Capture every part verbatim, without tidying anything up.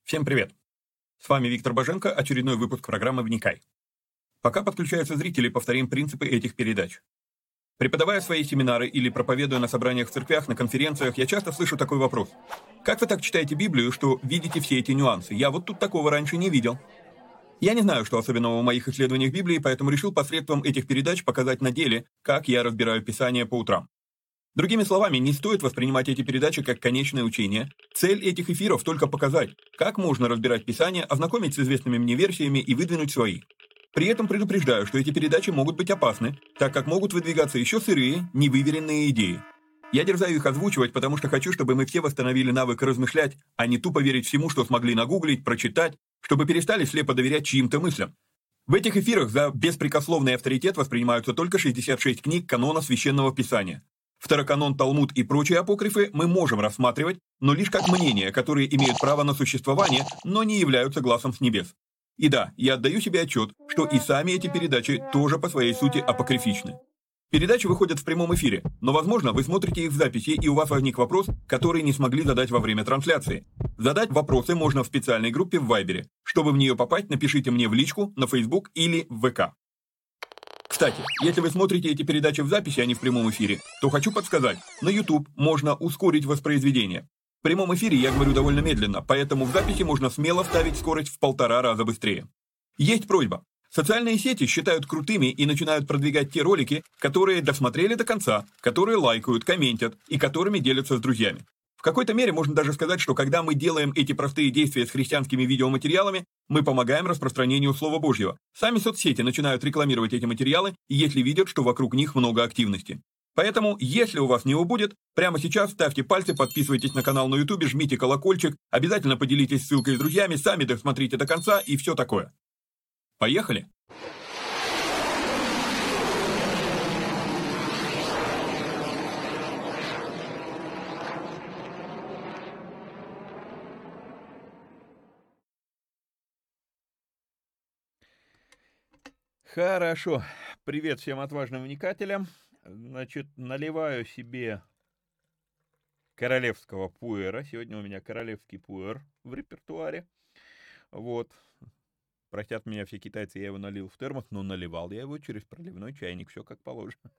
Всем привет! С вами Виктор Боженко, очередной выпуск программы «Вникай». Пока подключаются зрители, повторим принципы этих передач. Преподавая свои семинары или проповедуя на собраниях в церквях, на конференциях, я часто слышу такой вопрос. Как вы так читаете Библию, что видите все эти нюансы? Я вот тут такого раньше не видел. Я не знаю, что особенного в моих исследованиях Библии, поэтому решил посредством этих передач показать на деле, как я разбираю Писание по утрам. Другими словами, не стоит воспринимать эти передачи как конечное учение. Цель этих эфиров только показать, как можно разбирать Писание, ознакомить с известными мне версиями и выдвинуть свои. При этом предупреждаю, что эти передачи могут быть опасны, так как могут выдвигаться еще сырые, невыверенные идеи. Я дерзаю их озвучивать, потому что хочу, чтобы мы все восстановили навык размышлять, а не тупо верить всему, что смогли нагуглить, прочитать, чтобы перестали слепо доверять чьим-то мыслям. В этих эфирах за беспрекословный авторитет воспринимаются только шестьдесят шесть книг канона Священного Писания. Второканон, Талмуд и прочие апокрифы мы можем рассматривать, но лишь как мнения, которые имеют право на существование, но не являются гласом с небес. И да, я отдаю себе отчет, что и сами эти передачи тоже по своей сути апокрифичны. Передачи выходят в прямом эфире, но, возможно, вы смотрите их в записи, и у вас возник вопрос, который не смогли задать во время трансляции. Задать вопросы можно в специальной группе в Вайбере. Чтобы в нее попасть, напишите мне в личку, на Facebook или в ВК. Кстати, если вы смотрите эти передачи в записи, а не в прямом эфире, то хочу подсказать, на YouTube можно ускорить воспроизведение. В прямом эфире я говорю довольно медленно, поэтому в записи можно смело ставить скорость в полтора раза быстрее. Есть просьба. Социальные сети считают крутыми и начинают продвигать те ролики, которые досмотрели до конца, которые лайкают, комментят и которыми делятся с друзьями. В какой-то мере можно даже сказать, что когда мы делаем эти простые действия с христианскими видеоматериалами, мы помогаем распространению Слова Божьего. Сами соцсети начинают рекламировать эти материалы, если видят, что вокруг них много активности. Поэтому, если у вас не убудет, прямо сейчас ставьте пальцы, подписывайтесь на канал на YouTube, жмите колокольчик, обязательно поделитесь ссылкой с друзьями, сами досмотрите до конца и все такое. Поехали! Хорошо. Привет всем отважным вникателям. Значит, наливаю себе королевского пуэра. Сегодня у меня королевский пуэр в репертуаре. Вот. Простят меня все китайцы, я его налил в термос, но наливал я его через проливной чайник. Все как положено.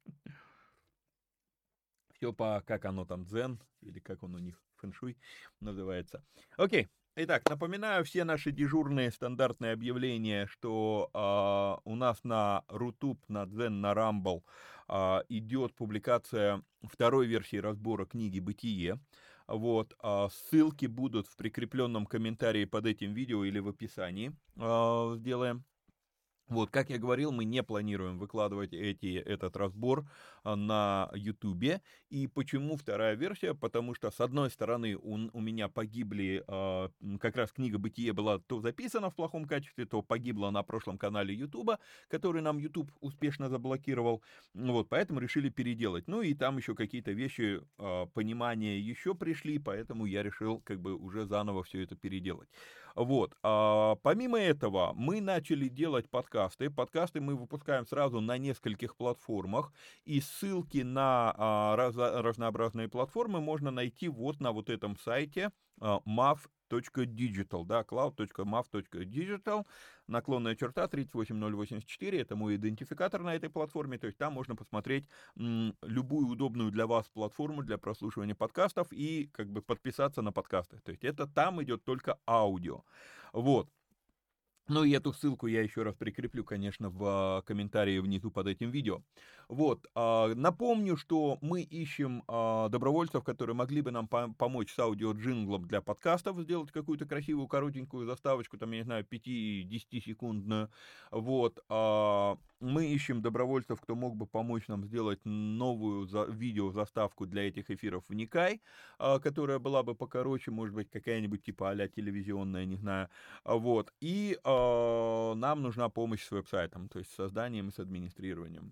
Все по, как оно там, дзен, или как он у них, фэншуй называется. Окей. Итак, напоминаю все наши дежурные стандартные объявления, что э, у нас на Рутуб, на Дзен, на Рамбл э, идет публикация второй версии разбора книги «Бытие». Вот, э, ссылки будут в прикрепленном комментарии под этим видео или в описании. Э, сделаем. Вот, как я говорил, мы не планируем выкладывать эти, этот разбор а, на Ютубе. И почему вторая версия? Потому что, с одной стороны, у, у меня погибли, а, как раз книга «Бытие» была то записана в плохом качестве, то погибла на прошлом канале Ютуба, который нам Ютуб успешно заблокировал. Вот, поэтому решили переделать. Ну и там еще какие-то вещи, а, понимания еще пришли, поэтому я решил как бы уже заново все это переделать. Вот, а, помимо этого, мы начали делать подкасты. Подкасты мы выпускаем сразу на нескольких платформах, и ссылки на а, раз, разнообразные платформы можно найти вот на вот этом сайте а, mav точка digital, да, cloud точка mav точка digital, наклонная черта тридцать восемь ноль восемьдесят четыре, это мой идентификатор на этой платформе, то есть там можно посмотреть м, любую удобную для вас платформу для прослушивания подкастов и как бы подписаться на подкасты, то есть это там идет только аудио, вот. Ну и эту ссылку я еще раз прикреплю, конечно, в комментарии внизу под этим видео. Вот, напомню, что мы ищем добровольцев, которые могли бы нам помочь с аудиоджинглом для подкастов, сделать какую-то красивую, коротенькую заставочку, там, я не знаю, пять-десятисекундную. Вот, мы ищем добровольцев, кто мог бы помочь нам сделать новую видеозаставку для этих эфиров «Вникай», которая была бы покороче, может быть, какая-нибудь типа а-ля телевизионная, не знаю. Вот, и нам нужна помощь с веб-сайтом, то есть с созданием и с администрированием.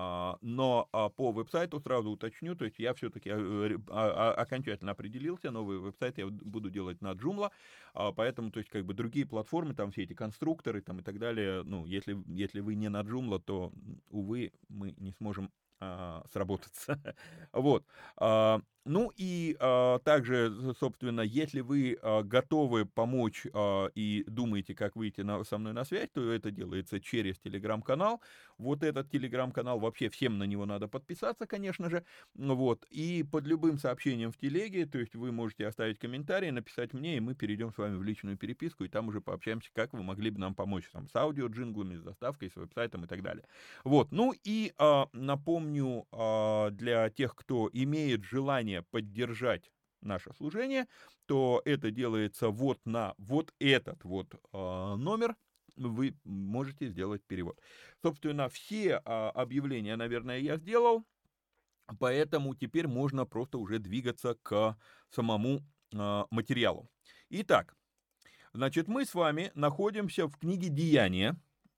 Но по веб-сайту сразу уточню, то есть я все-таки окончательно определился, новый веб-сайт я буду делать на Joomla, поэтому, то есть, как бы другие платформы, там все эти конструкторы там и так далее, ну, если, если вы не на Joomla, то, увы, мы не сможем сработаться. Вот. Ну и а, также, собственно, если вы а, готовы помочь а, и думаете, как выйти на, со мной на связь, то это делается через телеграм-канал. Вот этот телеграм-канал, вообще всем на него надо подписаться, конечно же. Вот. И под любым сообщением в телеге, то есть вы можете оставить комментарий, написать мне, и мы перейдем с вами в личную переписку, и там уже пообщаемся, как вы могли бы нам помочь там, с аудио-джинглами, с доставкой, с веб-сайтом и так далее. Вот. Ну и а, напомню а, для тех, кто имеет желание поддержать наше служение, то это делается вот на вот этот вот э, номер, вы можете сделать перевод. Собственно, все э, объявления, наверное, я сделал, поэтому теперь можно просто уже двигаться к самому э, материалу. Итак, значит, мы с вами находимся в книге «Деяния»,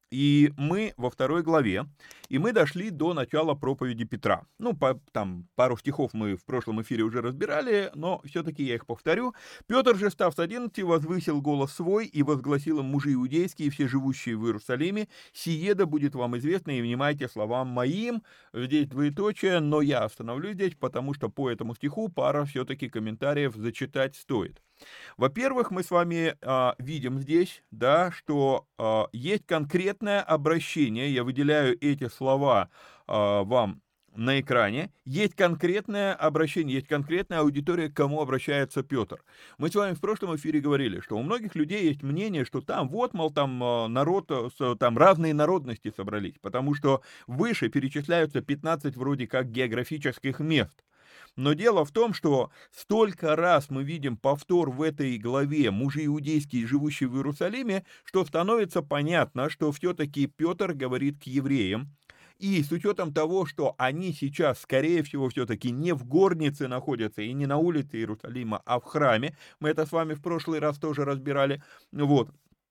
и мы во второй главе, и мы дошли до начала проповеди Петра. Ну, по, там пару стихов мы в прошлом эфире уже разбирали, но все-таки я их повторю. «Петр же, став с одиннадцати, возвысил голос свой и возгласил им: мужи иудейские и все живущие в Иерусалиме, сие да будет вам известно, и внимайте словам моим». Здесь двоеточие, но я остановлюсь здесь, потому что по этому стиху пара все-таки комментариев зачитать стоит. Во-первых, мы с вами а, видим здесь, да, что а, есть конкретное обращение, я выделяю эти слова а, вам на экране, есть конкретное обращение, есть конкретная аудитория, к кому обращается Петр. Мы с вами в прошлом эфире говорили, что у многих людей есть мнение, что там вот, мол, там народ, там разные народности собрались, потому что выше перечисляются пятнадцать вроде как географических мест. Но дело в том, что столько раз мы видим повтор в этой главе «Мужи иудейские, живущие в Иерусалиме», что становится понятно, что все-таки Петр говорит к евреям. И с учетом того, что они сейчас, скорее всего, все-таки не в горнице находятся и не на улице Иерусалима, а в храме, мы это с вами в прошлый раз тоже разбирали, вот,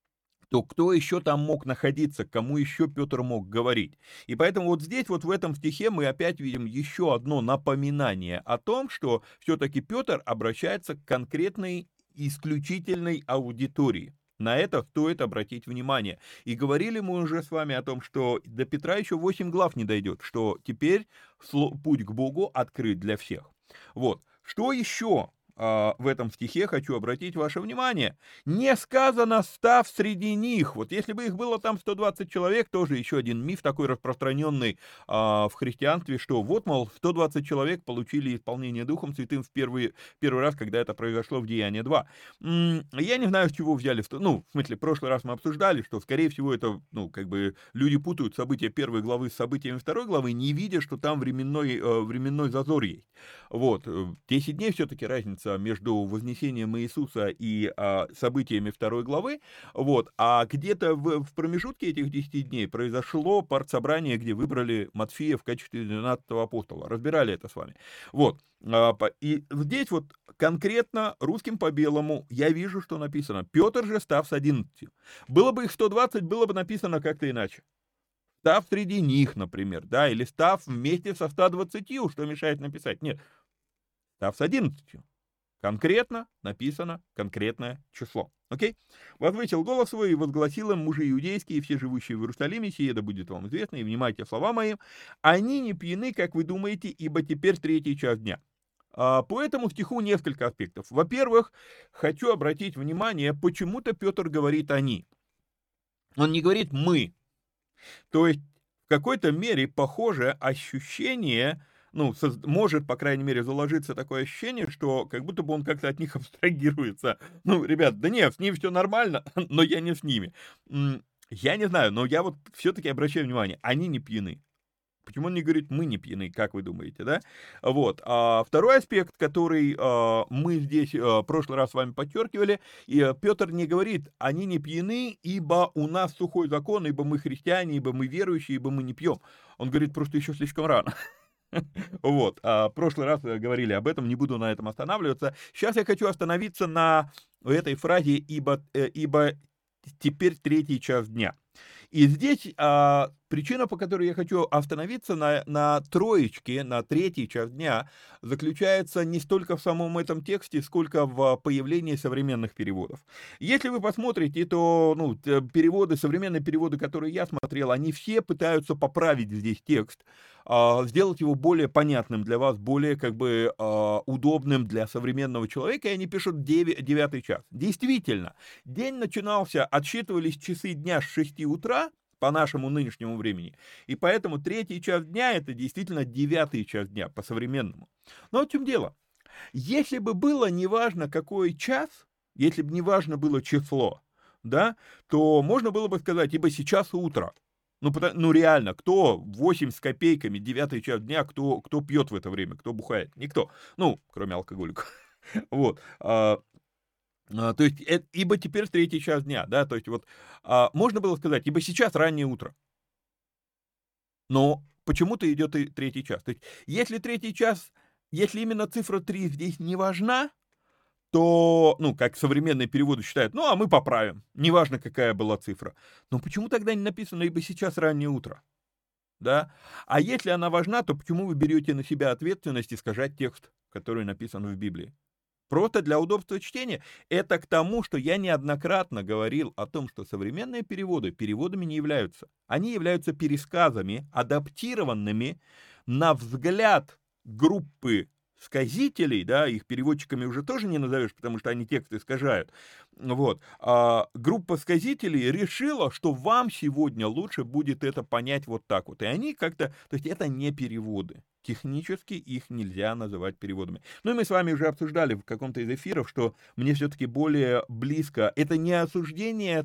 то кто еще там мог находиться, кому еще Петр мог говорить. И поэтому вот здесь, вот в этом стихе мы опять видим еще одно напоминание о том, что все-таки Петр обращается к конкретной исключительной аудитории. На это стоит обратить внимание. И говорили мы уже с вами о том, что до Петра еще восемь глав не дойдет, что теперь путь к Богу открыт для всех. Вот. Что еще в этом стихе хочу обратить ваше внимание? Не сказано «став среди них». Вот если бы их было там сто двадцать человек, тоже еще один миф такой распространенный а, в христианстве, что вот, мол, сто двадцать человек получили исполнение Духом Святым в первый, первый раз, когда это произошло в Деянии два. М-м, я не знаю, с чего взяли, ну, в смысле, в прошлый раз мы обсуждали, что, скорее всего, это, ну, как бы люди путают события первой главы с событиями второй главы, не видя, что там временной, э, временной зазор есть. Вот, десять дней все-таки разница между вознесением Иисуса и а, событиями второй главы, вот, а где-то в, в промежутке этих десяти дней произошло партсобрание, где выбрали Матфея в качестве двенадцатого апостола, разбирали это с вами, вот, а, и здесь вот конкретно русским по белому я вижу, что написано: Петр же, став с одиннадцати. Было бы их сто двадцать, было бы написано как-то иначе. Став среди них, например, да, или став вместе со ста двадцатью, что мешает написать? Нет, став с одиннадцатью. Конкретно написано конкретное число. Окей? «Возвысил голос свой и возгласил им: мужи иудейские и все живущие в Иерусалиме, сие да будет вам известно, и внимайте слова моим. Они не пьяны, как вы думаете, ибо теперь третий час дня». А, по этому стиху несколько аспектов. Во-первых, хочу обратить внимание, почему-то Петр говорит «они». Он не говорит «мы». То есть в какой-то мере похоже ощущение, ну, может, по крайней мере, заложиться такое ощущение, что как будто бы он как-то от них абстрагируется. Ну, ребят, да нет, с ними все нормально, но я не с ними. Я не знаю, но я вот все-таки обращаю внимание, они не пьяны. Почему он не говорит «мы не пьяны», как вы думаете, да? Вот. А второй аспект, который а, мы здесь а, в прошлый раз с вами подчеркивали, и а, Петр не говорит «они не пьяны, ибо у нас сухой закон, ибо мы христиане, ибо мы верующие, ибо мы не пьем». Он говорит просто еще слишком рано. Вот. А в прошлый раз говорили об этом, не буду на этом останавливаться. Сейчас я хочу остановиться на этой фразе «ибо, ибо теперь третий час дня». И здесь а, причина, по которой я хочу остановиться на, на троечке, на третий час дня, заключается не столько в самом этом тексте, сколько в появлении современных переводов. Если вы посмотрите, то ну, переводы, современные переводы, которые я смотрел, они все пытаются поправить здесь текст, сделать его более понятным для вас, более как бы удобным для современного человека, и они пишут девятый час. Действительно, день начинался, отсчитывались часы дня с шести утра, по нашему нынешнему времени, и поэтому третий час дня — это действительно девятый час дня, по-современному. Но в чем дело? Если бы было неважно, какой час, если бы неважно было число, да, то можно было бы сказать, ибо сейчас утро. Ну, ну реально, кто восемь с копейками, девятый час дня, кто, кто пьет в это время, кто бухает? Никто. Ну, кроме алкоголиков. Вот. А, а, то есть, это, ибо теперь третий час дня, да, то есть вот а, можно было сказать, ибо сейчас раннее утро. Но почему-то идет и третий час. То есть, если третий час, если именно цифра три здесь не важна, то, ну, как современные переводы считают, ну, а мы поправим, неважно, какая была цифра. Но почему тогда не написано, ибо сейчас раннее утро? Да? А если она важна, то почему вы берете на себя ответственность искажать текст, который написан в Библии? Просто для удобства чтения. Это к тому, что я неоднократно говорил о том, что современные переводы переводами не являются. Они являются пересказами, адаптированными на взгляд группы сказителей, да, их переводчиками уже тоже не назовешь, потому что они текст искажают. Вот. А группа сказителей решила, что вам сегодня лучше будет это понять вот так вот. И они как-то, то есть это не переводы. Технически их нельзя называть переводами. Ну и мы с вами уже обсуждали в каком-то из эфиров, что мне все-таки более близко. Это не осуждение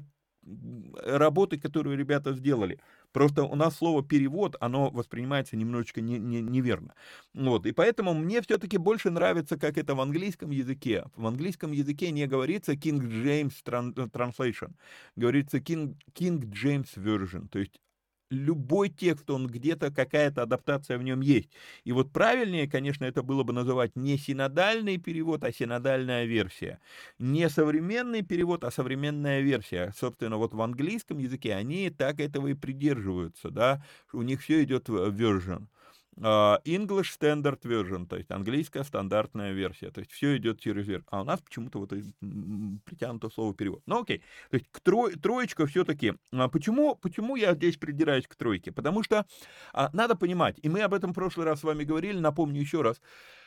работы, которую ребята сделали. Просто у нас слово «перевод», оно воспринимается немножечко не, не, неверно. Вот. И поэтому мне все-таки больше нравится, как это в английском языке. В английском языке не говорится King James Translation, говорится King, King James Version. То есть любой текст, он где-то, какая-то адаптация в нем есть. И вот правильнее, конечно, это было бы называть не синодальный перевод, а синодальная версия. Не современный перевод, а современная версия. Собственно, вот в английском языке они так этого и придерживаются, да, у них все идет в version. Uh, English Standard Version, то есть английская стандартная версия, то есть все идет через верх, а у нас почему-то вот притянуто слово перевод. Ну окей, то есть к тро, троечка все-таки, а почему, почему я здесь придираюсь к тройке? Потому что а, надо понимать, и мы об этом в прошлый раз с вами говорили, напомню еще раз,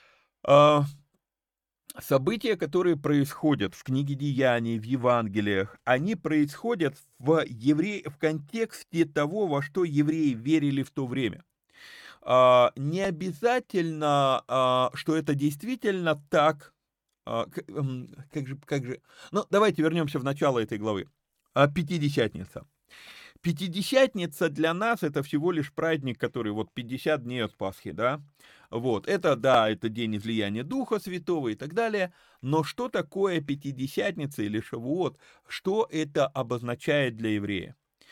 а, события, которые происходят в книге Деяний, в Евангелиях, они происходят в, евре... в контексте того, во что евреи верили в то время. Uh, не обязательно, uh, что это действительно так, uh, как, um, как же, как же, ну, давайте вернемся в начало этой главы. Uh, Пятидесятница. Пятидесятница для нас это всего лишь праздник, который вот пятьдесят дней от Пасхи, да, вот, это, да, это день излияния Духа Святого и так далее, но что такое Пятидесятница или Шавуот, что это обозначает для еврея?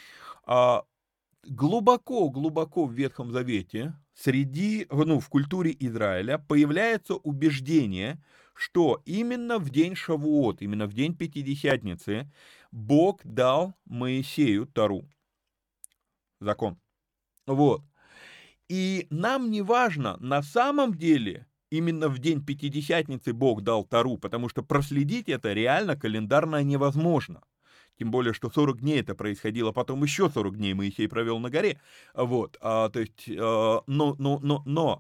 Uh, Глубоко-глубоко в Ветхом Завете, среди, ну, в культуре Израиля появляется убеждение, что именно в день Шавуот, именно в день Пятидесятницы, Бог дал Моисею Тору, закон. Вот. И нам не важно, на самом деле, именно в день Пятидесятницы Бог дал Тору, потому что проследить это реально календарно невозможно. Тем более, что сорок дней это происходило, потом еще сорок дней Моисей провел на горе. Вот, а, то есть, а, но, но, но, но,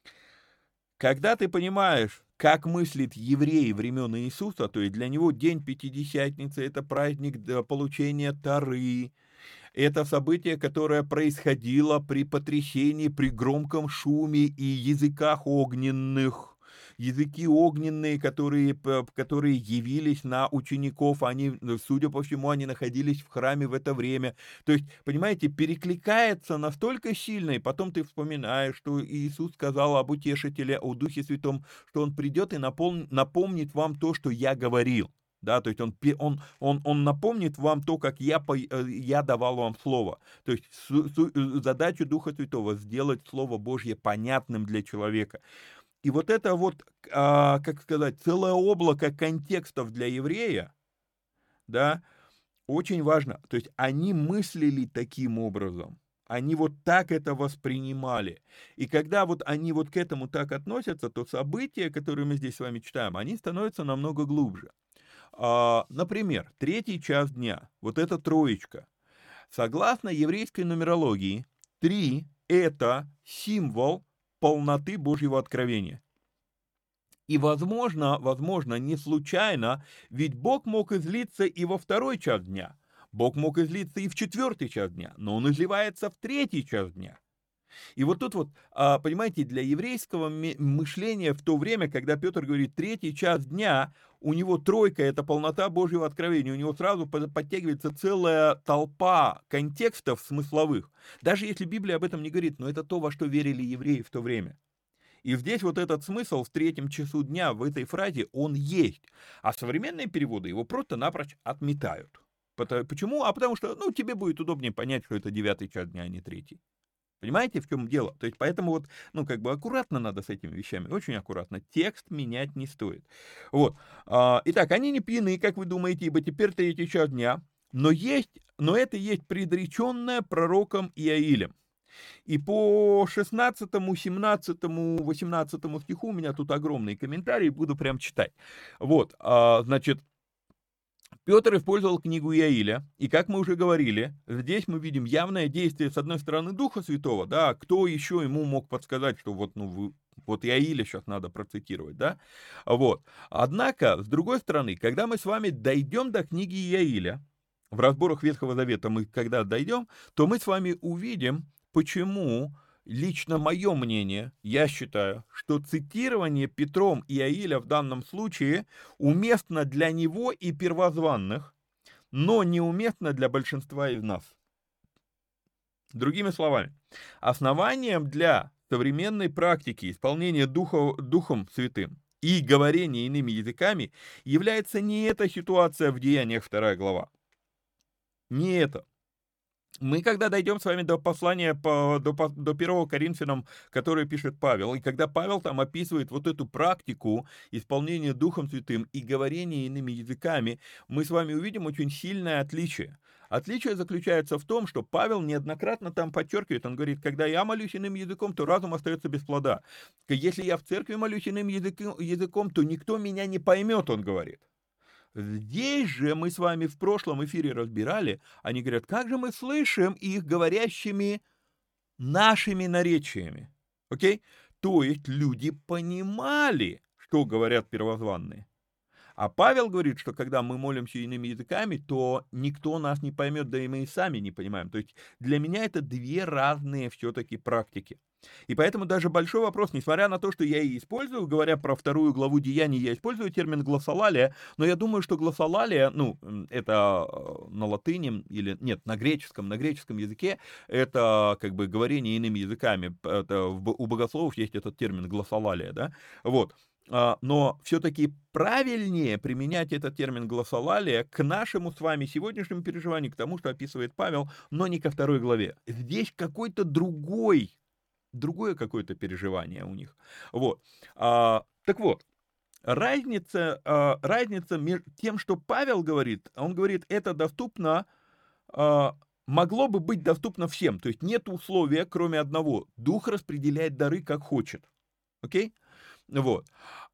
когда ты понимаешь, как мыслит еврей времен Иисуса, то есть для него день Пятидесятницы — это праздник получения Торы, это событие, которое происходило при потрясении, при громком шуме и языках огненных. Языки огненные, которые, которые явились на учеников, они, судя по всему, они находились в храме в это время. То есть, понимаете, перекликается настолько сильно, и потом ты вспоминаешь, что Иисус сказал об Утешителе, о Духе Святом, что Он придет и напом- напомнит вам то, что я говорил. Да, то есть он, он, он, он напомнит вам то, как я, я давал вам слово. То есть су, су, задачу Духа Святого — сделать Слово Божье понятным для человека. И вот это вот, а, как сказать, целое облако контекстов для еврея, да, очень важно. То есть они мыслили таким образом. они вот так это воспринимали. И когда вот они вот к этому так относятся, то события, которые мы здесь с вами читаем, они становятся намного глубже. А, например, третий час дня, вот эта троечка. Согласно еврейской нумерологии, три– это символ полноты Божьего откровения. И, возможно, возможно, не случайно, ведь Бог мог излиться и во второй час дня. Бог мог излиться и в четвертый час дня, но он изливается в третий час дня. И вот тут вот, а, понимаете, для еврейского мышления в то время, когда Петр говорит третий час дня, у него тройка– это полнота Божьего откровения, у него сразу подтягивается целая толпа контекстов смысловых. Даже если Библия об этом не говорит, но это то, во что верили евреи в то время. И здесь вот этот смысл в третьем часу дня в этой фразе, он есть. А современные переводы его просто-напрочь отметают. Почему? А потому что, ну, тебе будет удобнее понять, что это девятый час дня, а не третий. Понимаете, в чем дело? То есть, поэтому вот, ну, как бы аккуратно надо с этими вещами, очень аккуратно. Текст менять не стоит. Вот. Итак, они не пьяны, как вы думаете, ибо теперь третий час дня, но есть, но это есть предреченное пророком Иаилем. И по шестнадцатому, семнадцатому, восемнадцатому стиху у меня тут огромные комментарии, буду прям читать. Вот, значит, Петр использовал книгу Иаиля, и, как мы уже говорили, здесь мы видим явное действие, с одной стороны, Духа Святого, да, кто еще ему мог подсказать, что вот, ну, вы, вот Иаиля сейчас надо процитировать, да, вот. Однако, с другой стороны, когда мы с вами дойдем до книги Иаиля, в разборах Ветхого Завета мы когда дойдем, то мы с вами увидим, почему, лично мое мнение, я считаю, что цитирование Петром Иаиля в данном случае уместно для него и первозванных, но неуместно для большинства из нас. Другими словами, основанием для современной практики исполнения Духа, Духом Святым и говорения иными языками является не эта ситуация в Деяниях вторая глава. Не это. Мы, когда дойдем с вами до послания, по, до, до первого Коринфянам, которое пишет Павел, и когда Павел там описывает вот эту практику исполнения Духом Святым и говорения иными языками, мы с вами увидим очень сильное отличие. Отличие заключается в том, что Павел неоднократно там подчеркивает, он говорит, когда я молюсь иным языком, то разум остается без плода. Если я в церкви молюсь иным языком, то никто меня не поймет, он говорит. Здесь же мы с вами в прошлом эфире разбирали, они говорят, как же мы слышим их говорящими нашими наречиями. Окей? То есть люди понимали, что говорят первозванные. А Павел говорит, что когда мы молимся иными языками, то никто нас не поймет, да и мы и сами не понимаем. То есть для меня это две разные все-таки практики. И поэтому даже большой вопрос, несмотря на то, что я и использую, говоря про вторую главу Деяний, я использую термин глоссолалия, но я думаю, что глоссолалия, ну, это на латыни или, нет, на греческом, на греческом языке, это как бы говорение иными языками, это, у богословов есть этот термин глоссолалия, да, вот. Но все-таки правильнее применять этот термин глоссолалия к нашему с вами сегодняшнему переживанию, к тому, что описывает Павел, но не ко второй главе. Здесь какой-то другой, другое какое-то переживание у них. Вот. А, так вот, разница, а, разница между тем, что Павел говорит, он говорит, это доступно, а, могло бы быть доступно всем, то есть нет условия, кроме одного, Дух распределяет дары, как хочет. Окей? Вот.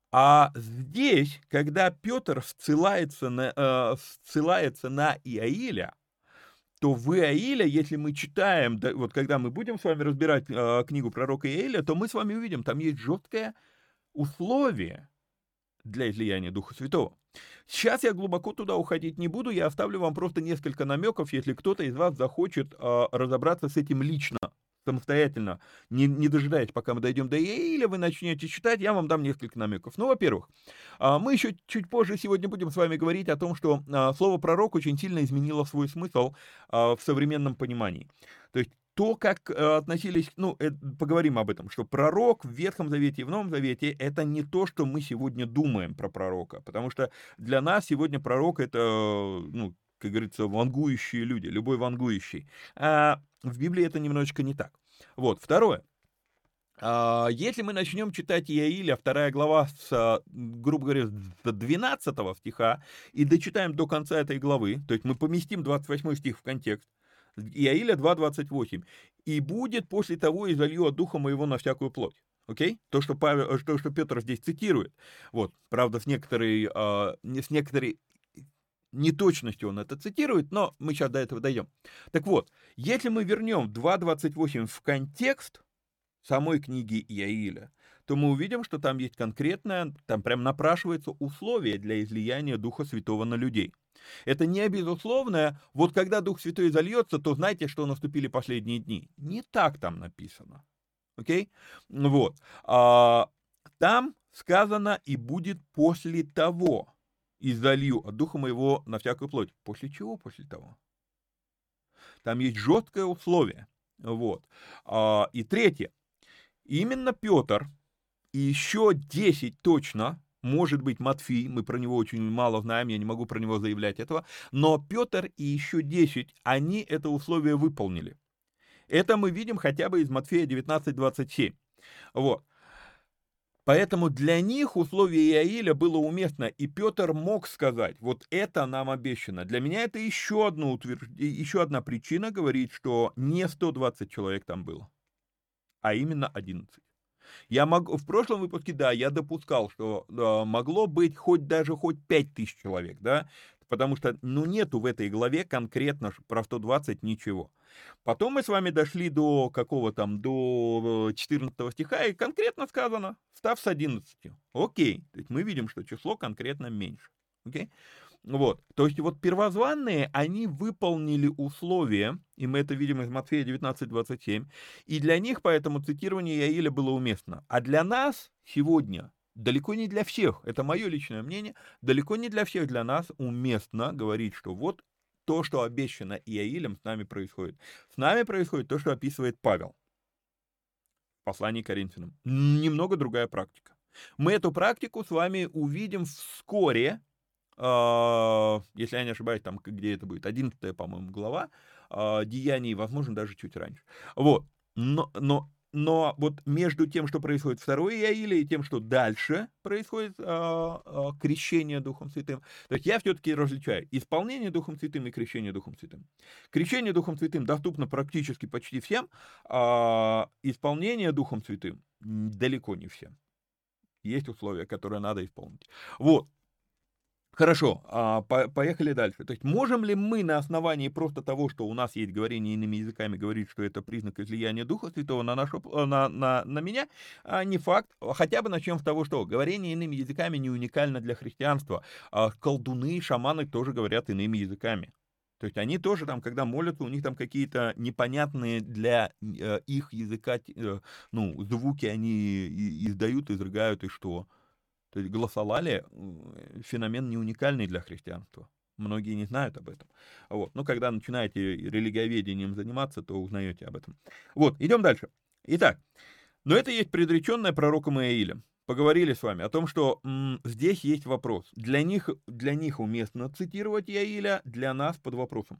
А здесь, когда Петр ссылается на, э, ссылается на Иаиля, то в Иаиля, если мы читаем, да, вот когда мы будем с вами разбирать э, книгу пророка Иаиля, то мы с вами увидим, там есть жесткое условие для излияния Духа Святого. Сейчас я глубоко туда уходить не буду, я оставлю вам просто несколько намеков, если кто-то из вас захочет э, разобраться с этим лично, самостоятельно, не, не дожидаясь, пока мы дойдем до Иаиля, вы начнете читать, я вам дам несколько намеков. Ну, во-первых, мы еще чуть позже сегодня будем с вами говорить о том, что слово «пророк» очень сильно изменило свой смысл в современном понимании. То есть то, как относились, ну, поговорим об этом, что пророк в Ветхом Завете и в Новом Завете — это не то, что мы сегодня думаем про пророка, потому что для нас сегодня пророк — это, ну, как говорится, вангующие люди, любой вангующий. А в Библии это немножечко не так. Вот, второе. Если мы начнем читать Иаиля, вторая глава, с, грубо говоря, с двенадцатого стиха, и дочитаем до конца этой главы, то есть мы поместим двадцать восьмой стих в контекст, Иаиля два двадцать восемь. «И будет после того, и залью от духа моего на всякую плоть». Окей? То, что, Павел, то, что Петр здесь цитирует. Вот, правда, с некоторой, э, с некоторой неточностью он это цитирует, но мы сейчас до этого дойдем. Так вот, если мы вернем два двадцать восемь в контекст самой книги Иаиля, то мы увидим, что там есть конкретное, там прям напрашивается условие для излияния Духа Святого на людей. Это не безусловное, вот когда Дух Святой зальется, то знайте, что наступили последние дни. Не так там написано. Окей? Вот. А, там сказано «и будет после того, и залью от Духа моего на всякую плоть». После чего после того? Там есть жесткое условие. Вот. А, и третье. Именно Петр и еще десять точно, может быть, Матфей, мы про него очень мало знаем, я не могу про него заявлять этого, но Петр и еще десять, они это условие выполнили. Это мы видим хотя бы из Матфея девятнадцать двадцать семь. Вот. Поэтому для них условие Иаиля было уместно, и Петр мог сказать, вот это нам обещано. Для меня это еще, одно утвержд... еще одна причина говорит, что не сто двадцать человек там было, а именно одиннадцать. Я могу, в прошлом выпуске, да, я допускал, что да, могло быть хоть даже хоть пять тысяч человек, да, потому что, ну, нету в этой главе конкретно про сто двадцать ничего. Потом мы с вами дошли до какого там, до четырнадцатого стиха, и конкретно сказано, став с одиннадцати. Окей, то есть мы видим, что число конкретно меньше. Окей? Вот, то есть вот первозванные, они выполнили условия, и мы это видим из Матфея девятнадцать двадцать семь, и для них поэтому цитирование Иаиля было уместно. А для нас сегодня, далеко не для всех, это мое личное мнение, далеко не для всех для нас уместно говорить, что вот то, что обещано Иаилем, с нами происходит. С нами происходит то, что описывает Павел в послании к Коринфянам. Немного другая практика. Мы эту практику с вами увидим вскоре, если я не ошибаюсь, там, где это будет, одиннадцатая, по-моему, глава Деяний, возможно, даже чуть раньше. Вот. Но, но, но вот между тем, что происходит в второй Иаиле, и тем, что дальше происходит а, а, крещение Духом Святым, то есть я все-таки различаю исполнение Духом Святым и крещение Духом Святым. Крещение Духом Святым доступно практически почти всем, а исполнение Духом Святым далеко не всем. Есть условия, которые надо исполнить. Вот. Хорошо, а, по, поехали дальше. То есть можем ли мы на основании просто того, что у нас есть говорение иными языками, говорить, что это признак излияния Духа Святого на, нашу, на, на, на меня? А, не факт. Хотя бы начнем с того, что говорение иными языками не уникально для христианства. А, колдуны, шаманы тоже говорят иными языками. То есть они тоже там, когда молятся, у них там какие-то непонятные для э, их языка э, ну, звуки они издают, изрыгают, и что? То есть гласолалия — феномен не уникальный для христианства. Многие не знают об этом. Вот. Но когда начинаете религиоведением заниматься, то узнаете об этом. Вот, идем дальше. Итак, но это есть предреченное пророком Иаилем. Поговорили с вами о том, что м, здесь есть вопрос. Для них, для них уместно цитировать Иаиля, для нас под вопросом.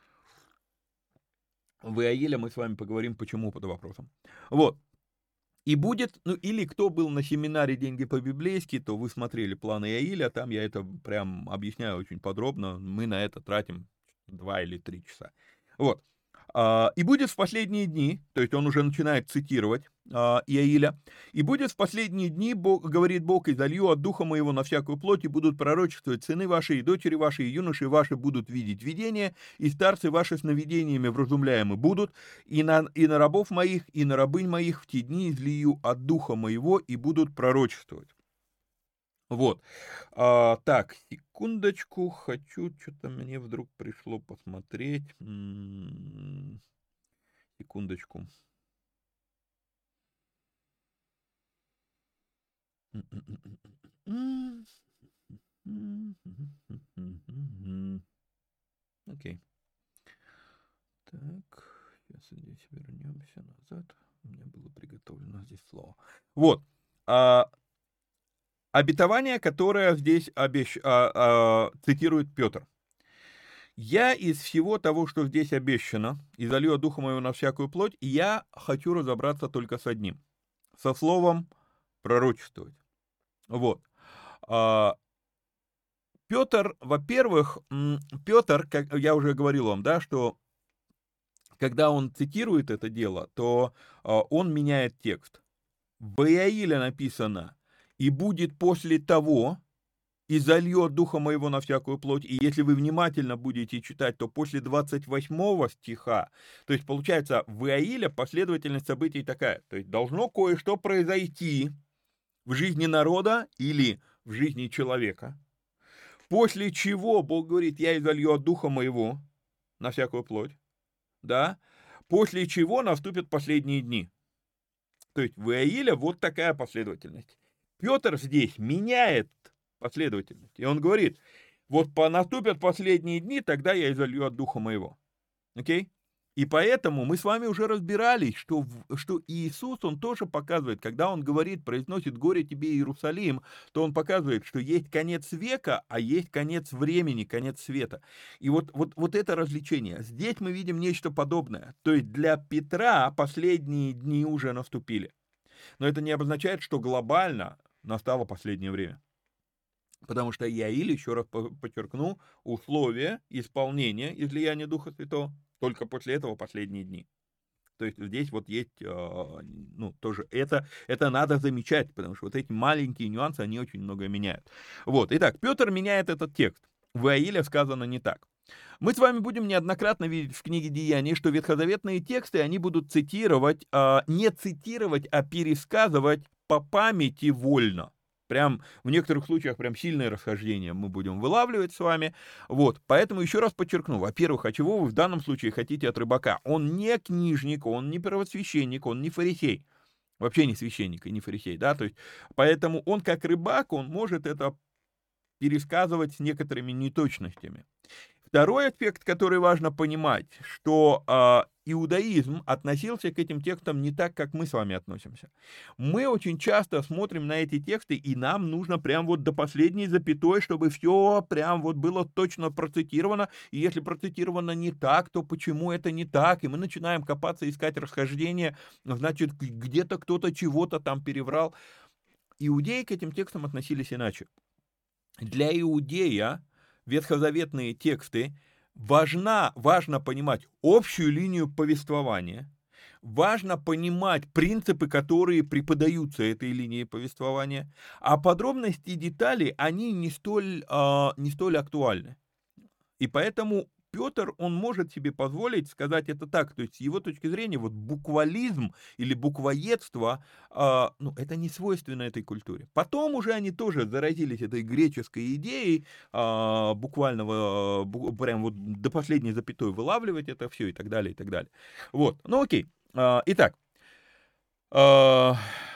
В Иаиле мы с вами поговорим, почему под вопросом. Вот. И будет, ну или кто был на семинаре «Деньги по-библейски», то вы смотрели планы Иаиля, там я это прям объясняю очень подробно, мы на это тратим два или три часа. Вот. «И будет в последние дни», то есть он уже начинает цитировать Иаиля, «и будет в последние дни, Бог, говорит Бог, и залью от духа моего на всякую плоть, и будут пророчествовать сыны ваши, и дочери ваши, и юноши ваши будут видеть видения, и старцы ваши сновидениями вразумляемы будут, и на, и на рабов моих, и на рабынь моих в те дни излию от духа моего, и будут пророчествовать». Вот. А, так, секундочку, хочу, что-то мне вдруг пришло посмотреть. М-м-м, секундочку. Окей. Так, сейчас здесь вернемся назад. У меня было приготовлено здесь слово. Вот. А, обетование, которое здесь обещ... а, а, цитирует Петр. «Я из всего того, что здесь обещано, и залью от духа моего на всякую плоть, и я хочу разобраться только с одним, со словом пророчествовать». Вот. Петр, во-первых, Петр, как я уже говорил вам, да, что когда он цитирует это дело, то а, он меняет текст. В Иаиле написано: «И будет после того, и зальет духа моего на всякую плоть». И если вы внимательно будете читать, то после двадцать восьмого стиха, то есть получается в Иаиле последовательность событий такая, то есть должно кое-что произойти в жизни народа или в жизни человека, после чего Бог говорит: «Я изолью от духа моего на всякую плоть», да, после чего наступят последние дни. То есть в Иаиле вот такая последовательность. Петр здесь меняет последовательность, и он говорит: вот наступят последние дни, тогда я изолью от духа моего. Окей? И поэтому мы с вами уже разбирались, что, что Иисус, он тоже показывает, когда он говорит, произносит «Горе тебе, Иерусалим», то он показывает, что есть конец века, а есть конец времени, конец света. И вот, вот, вот это развлечение. Здесь мы видим нечто подобное. То есть для Петра последние дни уже наступили. Но это не обозначает, что глобально настало последнее время. Потому что Иаиль, еще раз подчеркну, условие исполнения излияния Духа Святого только после этого последние дни. То есть здесь вот есть, ну, тоже это, это надо замечать, потому что вот эти маленькие нюансы, они очень многое меняют. Вот, итак, Петр меняет этот текст. В Иаиле сказано не так. Мы с вами будем неоднократно видеть в книге Деяний, что ветхозаветные тексты, они будут цитировать, не цитировать, а пересказывать по памяти вольно. Прям в некоторых случаях прям сильное расхождение мы будем вылавливать с вами. Вот, поэтому еще раз подчеркну. Во-первых, а чего вы в данном случае хотите от рыбака? Он не книжник, он не первосвященник, он не фарисей. Вообще не священник и не фарисей, да, то есть, поэтому он как рыбак, он может это пересказывать с некоторыми неточностями. Второй аспект, который важно понимать, что э, иудаизм относился к этим текстам не так, как мы с вами относимся. Мы очень часто смотрим на эти тексты, и нам нужно прям вот до последней запятой, чтобы все прям вот было точно процитировано, и если процитировано не так, то почему это не так, и мы начинаем копаться, искать расхождения, значит, где-то кто-то чего-то там переврал. Иудеи к этим текстам относились иначе. Для иудея ветхозаветные тексты, важно, важно понимать общую линию повествования, важно понимать принципы, которые преподаются этой линией повествования, а подробности и детали, они не столь, э, не столь актуальны. И поэтому Петр, он может себе позволить сказать это так, то есть с его точки зрения вот буквализм или буквоедство, э, ну, это не свойственно этой культуре. Потом уже они тоже заразились этой греческой идеей э, буквального, бу, прям вот до последней запятой вылавливать это все и так далее, и так далее. Вот, ну окей. Э, итак, э,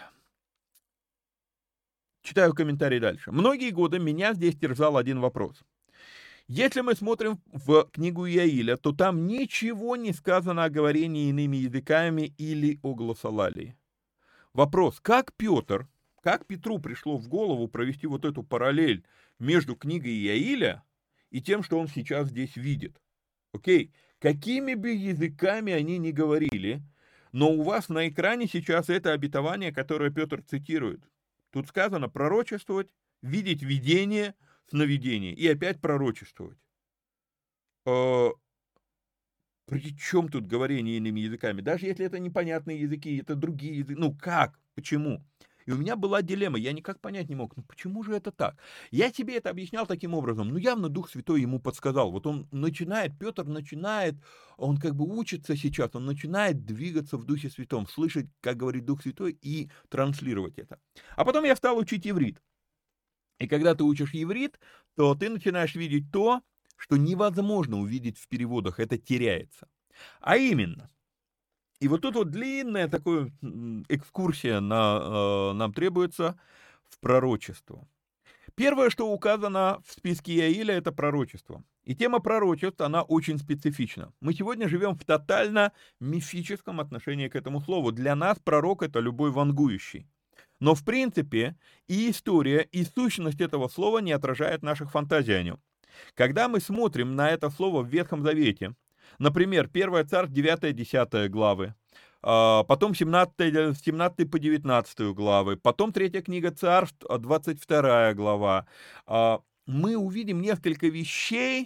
читаю комментарий дальше. Многие годы меня здесь терзал один вопрос. Если мы смотрим в книгу Иаиля, то там ничего не сказано о говорении иными языками или о гласолалии. Вопрос, как Петр, как Петру пришло в голову провести вот эту параллель между книгой Иаиля и тем, что он сейчас здесь видит? Окей, какими бы языками они ни говорили, но у вас на экране сейчас это обетование, которое Петр цитирует. Тут сказано пророчествовать, видеть видение, сновидение и опять пророчествовать. Э, при чем тут говорение иными языками? Даже если это непонятные языки, это другие языки. Ну как? Почему? И у меня была дилемма, я никак понять не мог, ну почему же это так? Я себе это объяснял таким образом, ну явно Дух Святой ему подсказал. Вот он начинает, Петр начинает, он как бы учится сейчас, он начинает двигаться в Духе Святом, слышать, как говорит Дух Святой, и транслировать это. А потом я стал учить иврит. И когда ты учишь иврит, то ты начинаешь видеть то, что невозможно увидеть в переводах, это теряется. А именно, и вот тут вот длинная такая экскурсия на, э, нам требуется в пророчество. Первое, что указано в списке Иаиля, это пророчество. И тема пророчеств, она очень специфична. Мы сегодня живем в тотально мифическом отношении к этому слову. Для нас пророк — это любой вангующий. Но в принципе и история, и сущность этого слова не отражает наших фантазий о нем. Когда мы смотрим на это слово в Ветхом Завете, например, первое Царств, девятая-десятая главы, потом семнадцатая по девятнадцатую главы, потом третья книга Царств, двадцать вторая глава, мы увидим несколько вещей,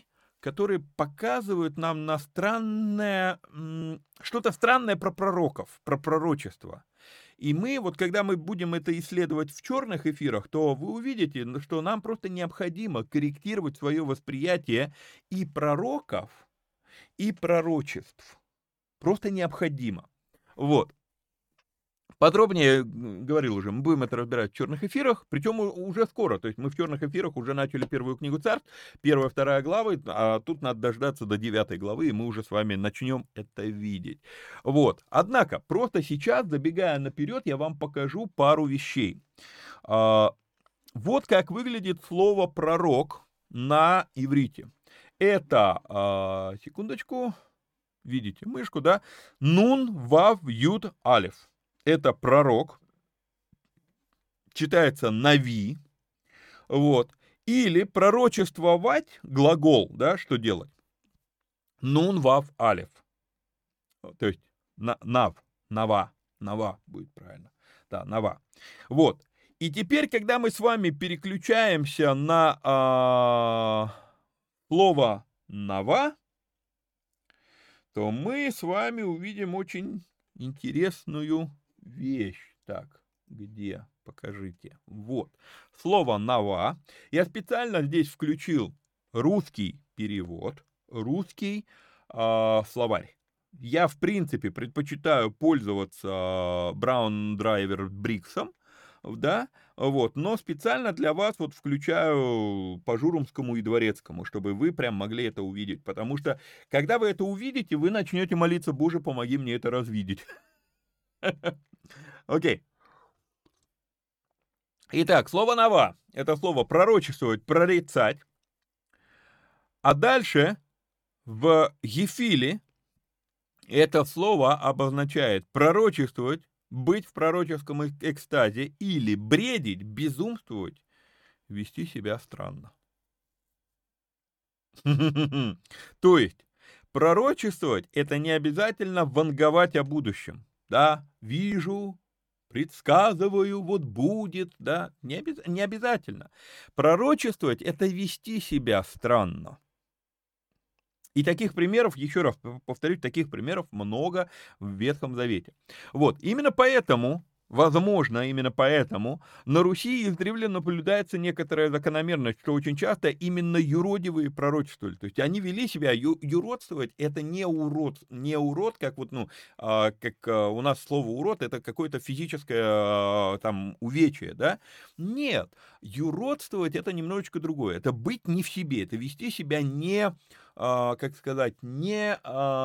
которые показывают нам на странное, м, что-то странное про пророков, про пророчество. И мы, вот когда мы будем это исследовать в черных эфирах, то вы увидите, ну, что нам просто необходимо корректировать свое восприятие и пророков, и пророчеств. Просто необходимо. Вот. Подробнее м, говорил уже, мы будем это разбирать в черных эфирах, причем у- уже скоро. То есть мы в черных эфирах уже начали первую книгу Царств, первая, вторая главы, а тут надо дождаться до девятой главы, и мы уже с вами начнем это видеть. Вот. Однако, просто сейчас, забегая наперед, я вам покажу пару вещей. А, Вот как выглядит слово «пророк» на иврите. Это, а, секундочку, видите мышку, да? Нун, вав, юд, алиф. Это пророк, читается нави, вот. Или пророчествовать, глагол, да, что делать? Нун, вав, алиф. То есть на, нав, нава, нава будет правильно. Да, нава. Вот. И теперь, когда мы с вами переключаемся на а, слово нава, то мы с вами увидим очень интересную вещь. Так, где? Покажите. Вот. Слово «нава». Я специально здесь включил русский перевод, русский а, словарь. Я, в принципе, предпочитаю пользоваться Brown Driver Бриксом, да, вот, но специально для вас вот включаю по Журумскому и Дворецкому, чтобы вы прям могли это увидеть, потому что, когда вы это увидите, вы начнете молиться: Боже, помоги мне это развидеть. Окей. Итак, слово «нава» — это слово пророчествовать, прорицать, а дальше в Ефиле это слово обозначает пророчествовать, быть в пророческом экстазе или бредить, безумствовать, вести себя странно. То есть пророчествовать — это не обязательно ванговать о будущем. Да, вижу, предсказываю, вот будет, да, не, обяз... не обязательно. Пророчествовать — это вести себя странно. И таких примеров, еще раз повторюсь, таких примеров много в Ветхом Завете. Вот, именно поэтому, возможно, именно поэтому на Руси издревле наблюдается некоторая закономерность, что очень часто именно юродивые пророчествовали. То есть они вели себя, ю, юродствовать — это не урод, не урод, как вот, ну, а, как а, у нас слово урод — это какое-то физическое а, там увечье, да? Нет, юродствовать — это немножечко другое. Это быть не в себе, это вести себя не... А, как сказать, не,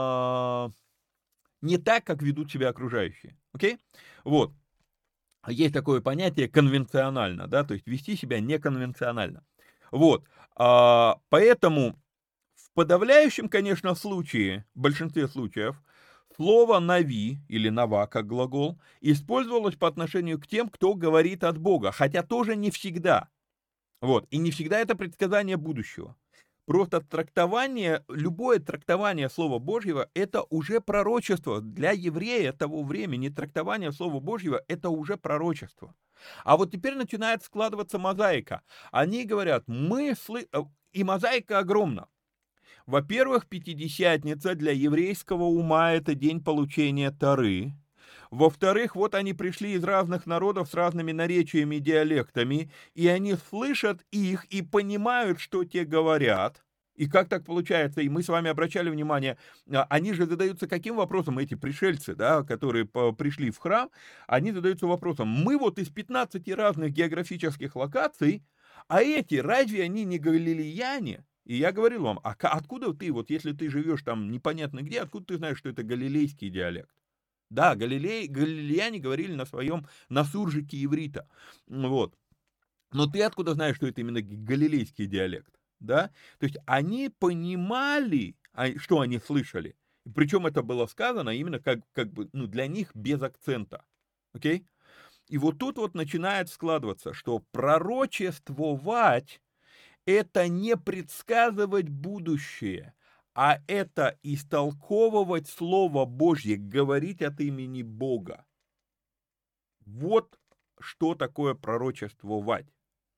а, не так, как ведут себя окружающие. Окей? Вот. Есть такое понятие конвенционально, да, то есть вести себя неконвенционально. Вот. А, поэтому в подавляющем, конечно, случае, в большинстве случаев, слово «нави» или «нава» как глагол использовалось по отношению к тем, кто говорит от Бога, хотя тоже не всегда. Вот. И не всегда это предсказание будущего. Просто трактование, любое трактование Слова Божьего — это уже пророчество. Для еврея того времени трактование Слова Божьего — это уже пророчество. А вот теперь начинает складываться мозаика. Они говорят, мы слы... И мозаика огромна. Во-первых, Пятидесятница для еврейского ума — это день получения Торы. Во-вторых, вот они пришли из разных народов с разными наречиями и диалектами, и они слышат их и понимают, что те говорят. И как так получается? И мы с вами обращали внимание, они же задаются каким вопросом, эти пришельцы, да, которые пришли в храм, они задаются вопросом: мы вот из пятнадцати разных географических локаций, а эти, разве они не галилеяне? И я говорил вам, а откуда ты, вот если ты живешь там непонятно где, откуда ты знаешь, что это галилейский диалект? Да, галилей, галилеяне говорили на своем, на суржике иврита, вот. Но ты откуда знаешь, что это именно галилейский диалект, да? То есть они понимали, что они слышали, причем это было сказано именно как, как бы, ну, для них без акцента, окей? И вот тут вот начинает складываться, что пророчествовать — это не предсказывать будущее, а это истолковывать Слово Божье, говорить от имени Бога. Вот что такое пророчествовать.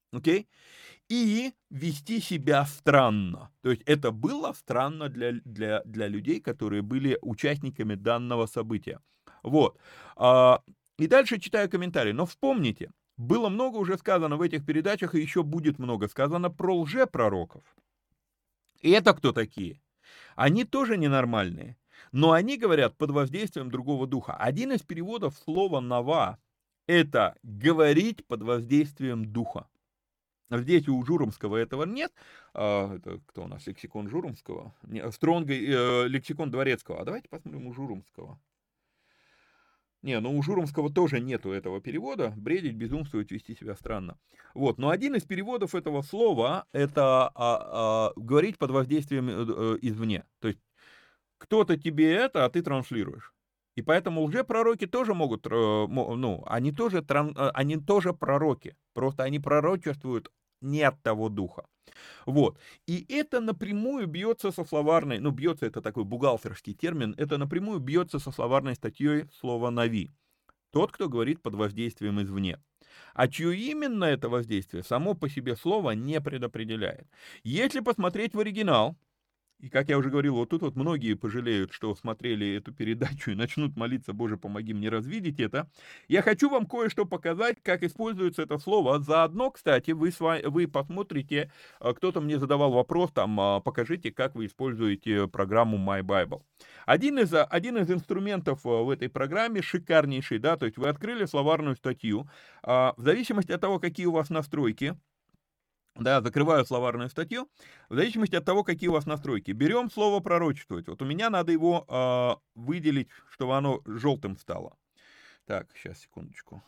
Окей? И вести себя странно. То есть это было странно для, для, для людей, которые были участниками данного события. Вот. А, И дальше читаю комментарии. Но вспомните, было много уже сказано в этих передачах, и еще будет много сказано про лжепророков. И это кто такие? Они тоже ненормальные, но они говорят под воздействием другого духа. Один из переводов слова «нова» — это «говорить под воздействием духа». Здесь у Журомского этого нет. А, это кто у нас? Лексикон Журомского? Не, Стронга, э, лексикон Дворецкого. А давайте посмотрим у Журомского. Не, ну у Журомского тоже нету этого перевода. Бредить, безумствовать, вести себя странно. Вот, но один из переводов этого слова — это а, а, говорить под воздействием э, извне. То есть кто-то тебе это, а ты транслируешь. И поэтому лжепророки тоже могут, э, ну, они тоже, тран, э, они тоже пророки. Просто они пророчествуют не от того духа. Вот. И это напрямую бьется со словарной, ну, бьется, это такой бухгалтерский термин, это напрямую бьется со словарной статьей слова «нави». Тот, кто говорит под воздействием извне. А чье именно это воздействие, само по себе слово не предопределяет. Если посмотреть в оригинал, и, как я уже говорил, вот тут вот многие пожалеют, что смотрели эту передачу и начнут молиться: «Боже, помоги мне развидеть это». Я хочу вам кое-что показать, как используется это слово. Заодно, кстати, вы, вы посмотрите, кто-то мне задавал вопрос, там, покажите, как вы используете программу My Bible. Один из, один из инструментов в этой программе шикарнейший, да, то есть вы открыли словарную статью, в зависимости от того, какие у вас настройки, да, закрываю словарную статью, в зависимости от того, какие у вас настройки. Берем слово «пророчествовать». Вот у меня надо его э, выделить, чтобы оно желтым стало. Так, сейчас, секундочку.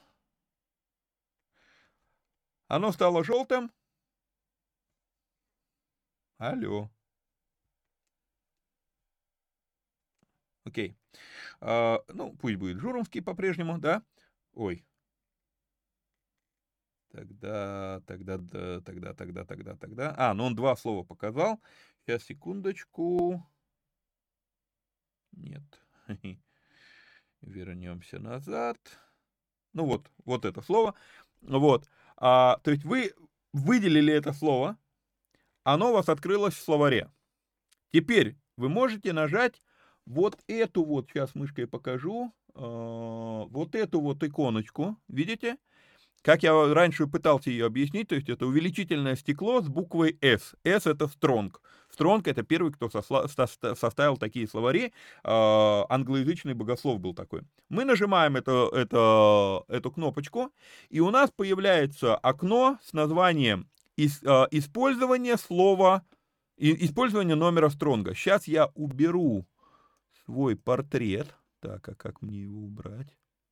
Оно стало желтым. Алло. Окей. Э, ну, пусть будет Журомский по-прежнему, да? Ой. Тогда, тогда, тогда, тогда, тогда, тогда. А, ну он два слова показал. Сейчас, секундочку. Нет. Вернемся назад. Ну вот, вот это слово. Вот. А, то есть вы выделили это слово, оно у вас открылось в словаре. Теперь вы можете нажать вот эту вот, сейчас мышкой покажу, э, вот эту вот иконочку, видите? Как я раньше пытался ее объяснить, то есть это увеличительное стекло с буквой S. S — это Strong. Strong — это первый, кто составил такие словари. Англоязычный богослов был такой. Мы нажимаем это, это, эту кнопочку, и у нас появляется окно с названием «Использование слова», использование номера Стронга. Сейчас я уберу свой портрет. Так, а как мне его убрать?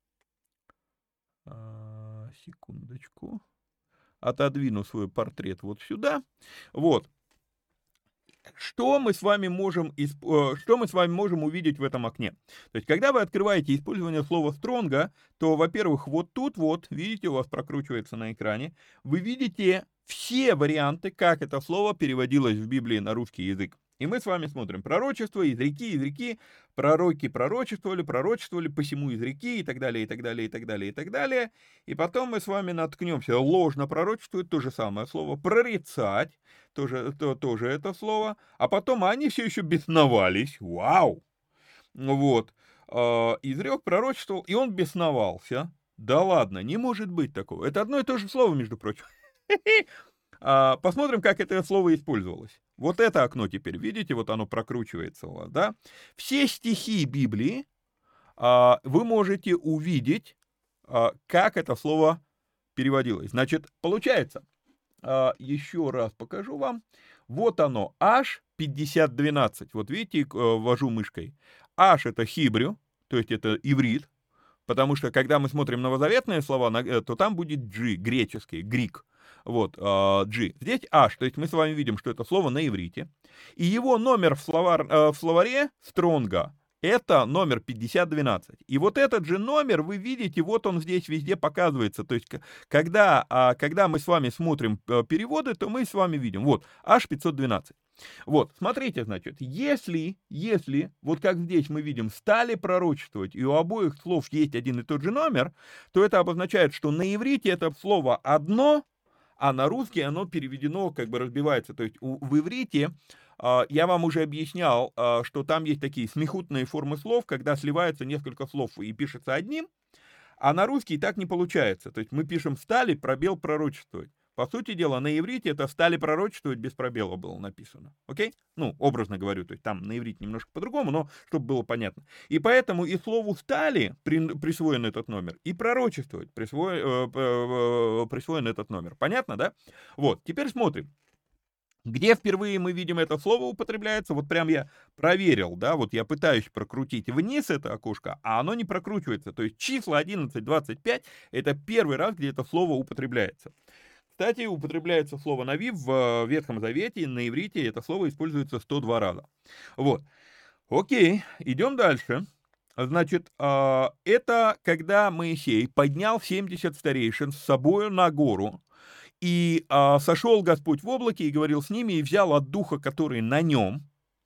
Секундочку. Отодвину свой портрет вот сюда. Вот. Что мы с вами можем, что мы с вами можем увидеть в этом окне? То есть, когда вы открываете использование слова «стронга», то, во-первых, вот тут вот, видите, у вас прокручивается на экране, вы видите все варианты, как это слово переводилось в Библии на русский язык. И мы с вами смотрим пророчество, изреки, изреки, пророки пророчествовали, пророчествовали, посему изреки и так далее, и так далее, и так далее, и так далее. И потом мы с вами наткнемся, ложно пророчествует, то же самое слово, прорицать, тоже, то, тоже это слово. А потом они все еще бесновались, вау! Вот, изрек, пророчествовал, и он бесновался. Да ладно, не может быть такого. Это одно и то же слово, между прочим. Посмотрим, как это слово использовалось. Вот это окно теперь, видите, вот оно прокручивается у вас, да? Все стихи Библии вы можете увидеть, как это слово переводилось. Значит, получается, еще раз покажу вам. Вот оно, H пятьдесят двенадцать. Вот видите, ввожу мышкой. H — это хибрю, то есть это иврит, потому что когда мы смотрим новозаветные слова, то там будет G, греческий, грик. Вот, G. Здесь H, то есть мы с вами видим, что это слово на иврите. И его номер в, словар, в словаре Стронга — это номер пятьдесят двенадцать. И вот этот же номер вы видите, вот он здесь везде показывается. То есть когда, когда мы с вами смотрим переводы, то мы с вами видим, вот, H пятьсот двенадцать. Вот, смотрите, значит, если, если, вот как здесь мы видим, стали пророчествовать, и у обоих слов есть один и тот же номер, то это обозначает, что на иврите это слово одно, а на русский оно переведено, как бы разбивается. То есть у- в иврите, а, я вам уже объяснял, а, что там есть такие смехутные формы слов, когда сливаются несколько слов и пишется одним, а на русский так не получается. То есть мы пишем «стали», пробел «пророчествовать». По сути дела, на иврите это «стали пророчествовать» без пробела было написано. Окей? Ну, образно говорю, то есть там на иврите немножко по-другому, но чтобы было понятно. И поэтому и слову «стали» при- присвоен этот номер, и «пророчествовать» присвоен, э, э, присвоен этот номер. Понятно, да? Вот, теперь смотрим. Где впервые мы видим это слово употребляется, вот прям я проверил, да, вот я пытаюсь прокрутить вниз это окошко, а оно не прокручивается. То есть числа одиннадцать, двадцать пять это первый раз, где это слово употребляется. Кстати, употребляется слово «нави» в Ветхом Завете, на иврите это слово используется сто два раза. Вот. Окей, идем дальше. Значит, а, это когда Моисей поднял семьдесят старейшин с собою на гору, и а, сошел Господь в облаке и говорил с ними, и взял от духа, который на нем,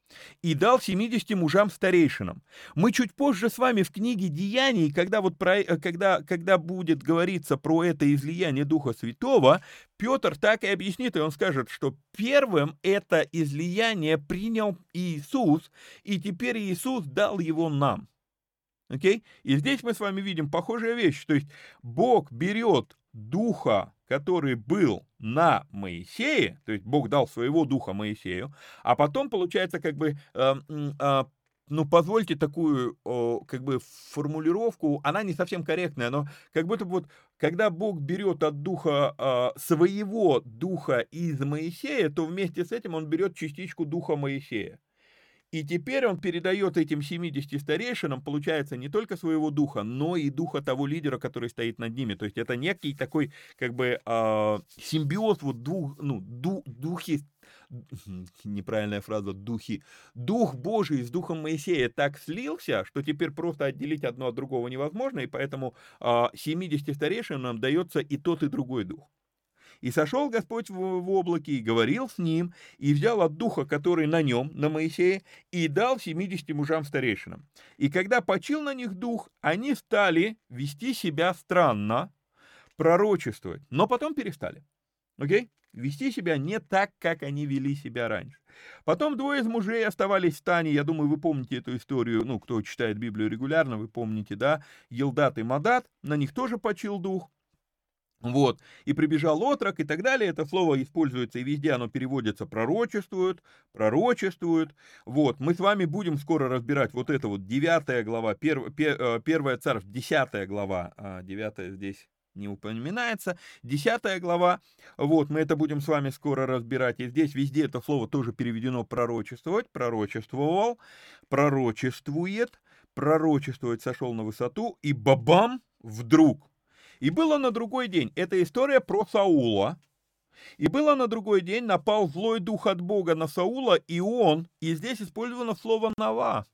и дал семидесяти мужам старейшинам. Мы чуть позже с вами в книге Деяний, когда, вот про, э, когда, когда будет говориться про это излияние Духа Святого, Петр так и объяснит, и он скажет, что первым это излияние принял Иисус, и теперь Иисус дал его нам. Окей? И здесь мы с вами видим похожая вещь, то есть Бог берет духа, который был на Моисее, то есть Бог дал своего духа Моисею, а потом получается как бы, э, э, ну позвольте такую э, как бы формулировку, она не совсем корректная, но как будто бы вот когда Бог берет от духа э, своего духа из Моисея, то вместе с этим он берет частичку духа Моисея. И теперь он передает этим семидесяти старейшинам, получается, не только своего духа, но и духа того лидера, который стоит над ними. То есть это некий такой, как бы, э, симбиоз, вот дух, ну, ду, духи, неправильная фраза, духи, дух Божий с духом Моисея так слился, что теперь просто отделить одно от другого невозможно, и поэтому э, семидесяти старейшинам дается и тот, и другой дух. И сошел Господь в, в облаке, и говорил с ним, и взял от духа, который на нем, на Моисее, и дал семидесяти мужам старейшинам. И когда почил на них дух, они стали вести себя странно, пророчествовать, но потом перестали. Окей? Вести себя не так, как они вели себя раньше. Потом двое из мужей оставались в стане, я думаю, вы помните эту историю, ну, кто читает Библию регулярно, вы помните, да, Елдат и Мадат, на них тоже почил дух. Вот, и прибежал отрок и так далее, это слово используется и везде, оно переводится пророчествуют, пророчествуют, вот, мы с вами будем скоро разбирать вот это вот девятая глава, перв, пер, первая царств, десятая глава, а девятая здесь не упоминается, десятая глава, вот, мы это будем с вами скоро разбирать, и здесь везде это слово тоже переведено пророчествовать, пророчествовал, пророчествует, пророчествовать сошел на высоту, и бабам, вдруг. И было на другой день, это история про Саула, и было на другой день, напал злой дух от Бога на Саула, и он, и здесь использовано слово «нава»,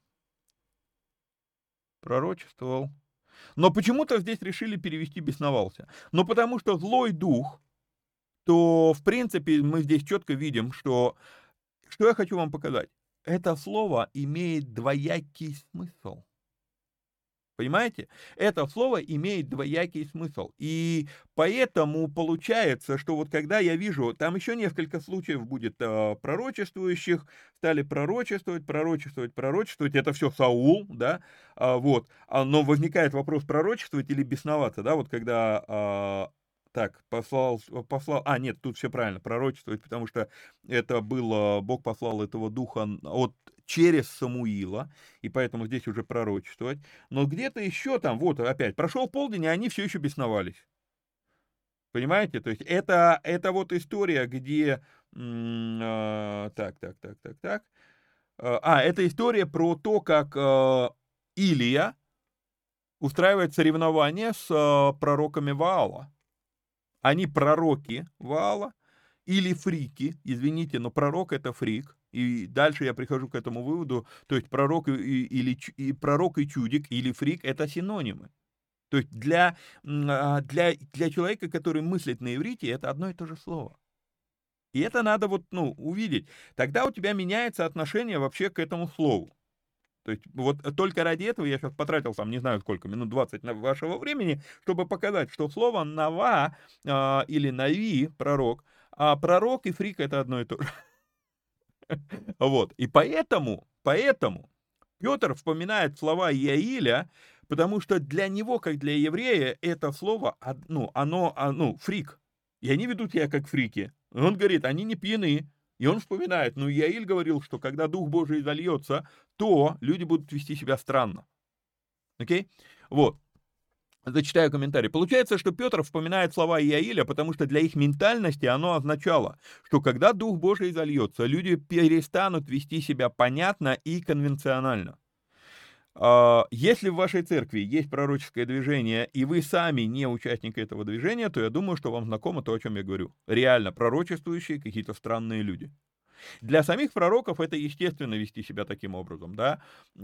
пророчествовал. Но почему-то здесь решили перевести «бесновался». Но потому что злой дух, то, в принципе, мы здесь четко видим, что, что я хочу вам показать. Это слово имеет двоякий смысл. Понимаете? Это слово имеет двоякий смысл. И поэтому получается, что вот когда я вижу, там еще несколько случаев будет э, пророчествующих, стали пророчествовать, пророчествовать, пророчествовать, это все Саул, да, а, вот, а, но возникает вопрос, пророчествовать или бесноваться, да, вот когда... А, так, послал, послал, а, нет, тут все правильно, пророчествовать, потому что это было, Бог послал этого духа от, через Самуила, и поэтому здесь уже пророчествовать. Но где-то еще там, вот опять, прошел полдень, и они все еще бесновались. Понимаете? То есть это, это вот история, где... М- э, так, так, так, так, так. Э, а, это история про то, как э, Илия устраивает соревнования с э, пророками Ваала. Они пророки Ваала или фрики, извините, но пророк это фрик. И дальше я прихожу к этому выводу, то есть пророк и, или, и пророк и чудик или фрик это синонимы. То есть для, для, для человека, который мыслит на иврите, это одно и то же слово. И это надо вот, ну, увидеть. Тогда у тебя меняется отношение вообще к этому слову. То есть вот только ради этого я сейчас потратил там не знаю сколько, минут двадцать на вашего времени, чтобы показать, что слово «нава» а, или «нави», пророк, а пророк и фрик — это одно и то же. Вот, и поэтому, поэтому Петр вспоминает слова Иаиля, потому что для него, как для еврея, это слово, од- ну, оно, а, ну, фрик. И они ведут себя как фрики. И он говорит, они не пьяны. И он вспоминает, ну, Иаиль говорил, что когда Дух Божий зальется, то люди будут вести себя странно. Окей? Вот. Зачитаю комментарий. Получается, что Петр вспоминает слова Иаиля, потому что для их ментальности оно означало, что когда Дух Божий зальется, люди перестанут вести себя понятно и конвенционально. А, Если в вашей церкви есть пророческое движение, и вы сами не участник этого движения, то я думаю, что вам знакомо то, о чем я говорю. Реально пророчествующие какие-то странные люди. Для самих пророков это естественно вести себя таким образом, да,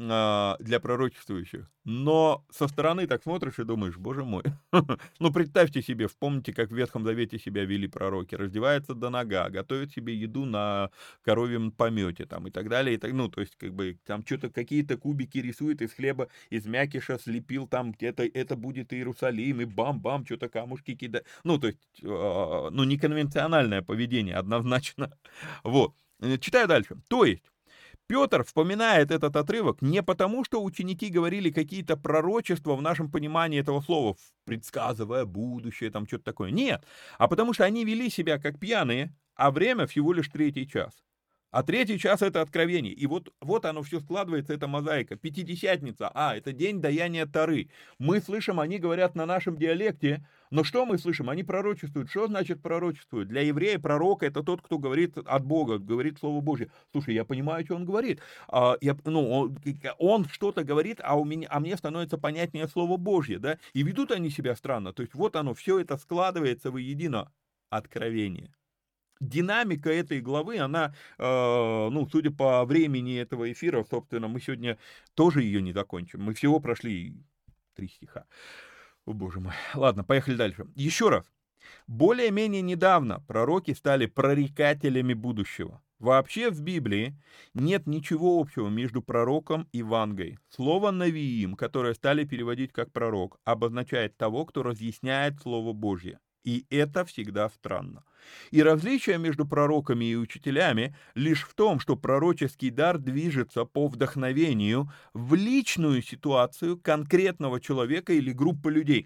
а, для пророчествующих. Но со стороны так смотришь и думаешь, боже мой. Ну, представьте себе, вспомните, как в Ветхом Завете себя вели пророки. Раздеваются до нога, готовят себе еду на коровьем помете там и так далее. И так, ну, то есть, как бы, там что-то, какие-то кубики рисует из хлеба, из мякиша слепил, там, это, это будет Иерусалим, и бам-бам, что-то камушки кидает. Ну, то есть, э, ну, неконвенциональное поведение однозначно. Вот. Читаю дальше. То есть, Петр вспоминает этот отрывок не потому, что ученики говорили какие-то пророчества в нашем понимании этого слова, предсказывая будущее, там что-то такое. Нет, а потому что они вели себя как пьяные, а время всего лишь третий час. А третий час — это откровение. И вот, вот оно все складывается, это мозаика. Пятидесятница, а, это день даяния Торы. Мы слышим, они говорят на нашем диалекте, но что мы слышим? Они пророчествуют. Что значит пророчествуют? Для еврея пророк — это тот, кто говорит от Бога, говорит Слово Божье. Слушай, я понимаю, что он говорит. А, я, ну, он, он что-то говорит, а, у меня, а мне становится понятнее Слово Божье. Да? И ведут они себя странно. То есть вот оно, все это складывается воедино. Откровение. Динамика этой главы, она, э, ну, судя по времени этого эфира, собственно, мы сегодня тоже ее не закончим. Мы всего прошли три стиха. О, боже мой. Ладно, поехали дальше. Еще раз. Более-менее недавно пророки стали прорекателями будущего. Вообще в Библии нет ничего общего между пророком и вангой. Слово «навиим», которое стали переводить как «пророк», обозначает того, кто разъясняет Слово Божье. И это всегда странно. И различие между пророками и учителями лишь в том, что пророческий дар движется по вдохновению в личную ситуацию конкретного человека или группы людей.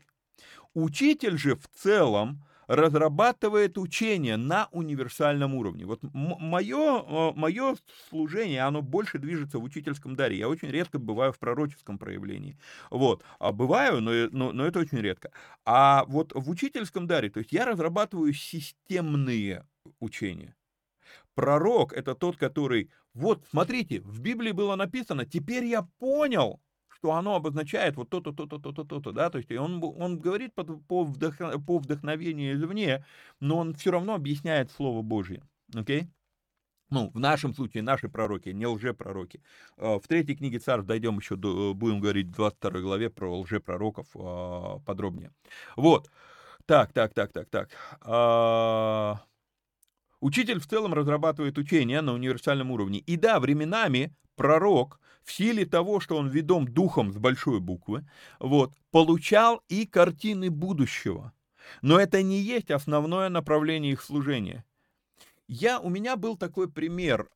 Учитель же в целом разрабатывает учение на универсальном уровне. Вот мое, мое служение, оно больше движется в учительском даре. Я очень редко бываю в пророческом проявлении. Вот. А бываю, но, но, но это очень редко. А вот в учительском даре, то есть я разрабатываю системные учения. Пророк — это тот, который, вот, смотрите, в Библии было написано, теперь я понял, что оно обозначает вот то-то, то-то, то-то, то-то, да, то есть он, он говорит по, по, вдох, по вдохновению извне, но он все равно объясняет Слово Божье, окей? Okay? Ну, в нашем случае наши пророки, не лжепророки. В третьей книге Царств дойдем еще, до, будем говорить в двадцать второй главе про лжепророков подробнее. Вот, так, так, так, так, так. Учитель в целом разрабатывает учения на универсальном уровне. И да, временами пророк в силе того, что он ведом духом с большой буквы, вот, получал и картины будущего. Но это не есть основное направление их служения. Я, у меня был такой пример.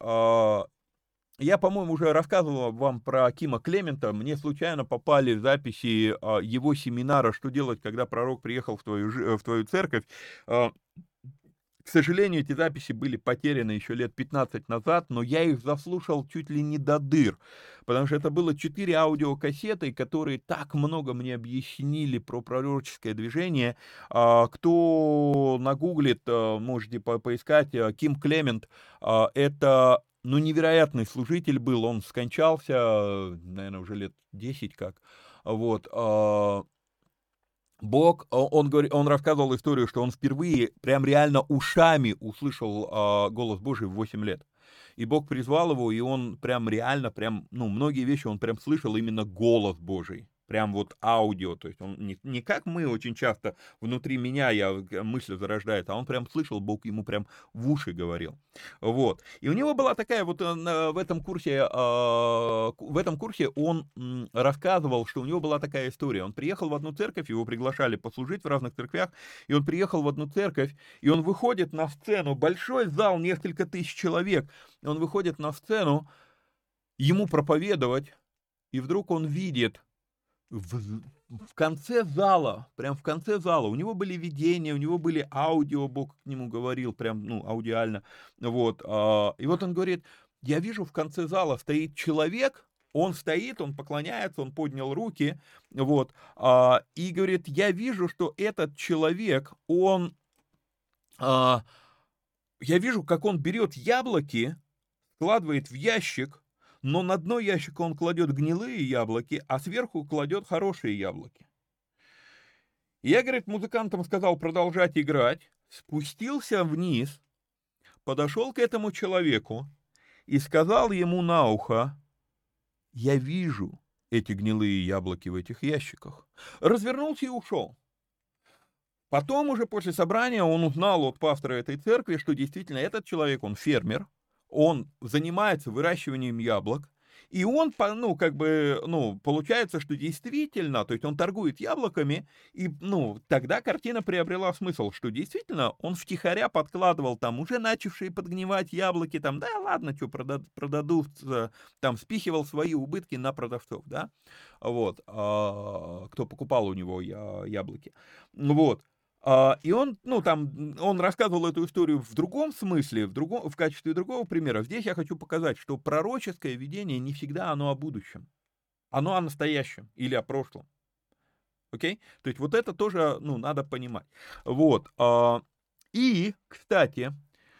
Я, по-моему, уже рассказывал вам про Кима Клемента. Мне случайно попали записи его семинара «Что делать, когда пророк приехал в твою, в твою церковь». К сожалению, эти записи были потеряны еще лет пятнадцать назад, но я их заслушал чуть ли не до дыр, потому что это было четыре аудиокассеты, которые так много мне объяснили про пророческое движение. Кто нагуглит, можете поискать, Ким Клемент, это, ну, невероятный служитель был, он скончался, наверное, уже лет десять как, вот. Бог, он, говорит, он рассказывал историю, что он впервые прям реально ушами услышал э, голос Божий в восемь лет. И Бог призвал его, и он прям реально, прям, ну, многие вещи он прям слышал именно голос Божий. прям вот аудио, то есть он не, не как мы очень часто внутри меня я мысль зарождает, а он прям слышал, Бог ему прям в уши говорил, вот. И у него была такая вот в этом курсе, в этом курсе он рассказывал, что у него была такая история. Он приехал в одну церковь, его приглашали послужить в разных церквях, и он приехал в одну церковь, и он выходит на сцену, большой зал, несколько тысяч человек, и он выходит на сцену, ему проповедовать, и вдруг он видит в, в конце зала, прям в конце зала, у него были видения, у него были аудио, Бог к нему говорил, прям, ну, аудиально, вот, и вот он говорит, я вижу, в конце зала стоит человек, он стоит, он поклоняется, он поднял руки, вот, и говорит, я вижу, что этот человек, он, я вижу, как он берет яблоки, складывает в ящик, но на дно ящика он кладет гнилые яблоки, а сверху кладет хорошие яблоки. И я, говорит, музыкантам сказал продолжать играть, спустился вниз, подошел к этому человеку и сказал ему на ухо, я вижу эти гнилые яблоки в этих ящиках. Развернулся и ушел. Потом уже после собрания он узнал от пастора этой церкви, что действительно этот человек, он фермер, он занимается выращиванием яблок, и он, ну, как бы, ну, получается, что действительно, то есть он торгует яблоками, и, ну, тогда картина приобрела смысл, что действительно он втихаря подкладывал там уже начавшие подгнивать яблоки, там, да, ладно, что, продадут, там, спихивал свои убытки на продавцов, да, вот, кто покупал у него яблоки, вот. И он, ну, там, он рассказывал эту историю в другом смысле, в, другом, в качестве другого примера. Здесь я хочу показать, что пророческое видение не всегда оно о будущем. Оно о настоящем или о прошлом. Окей? То есть вот это тоже, ну, надо понимать. Вот. И, кстати,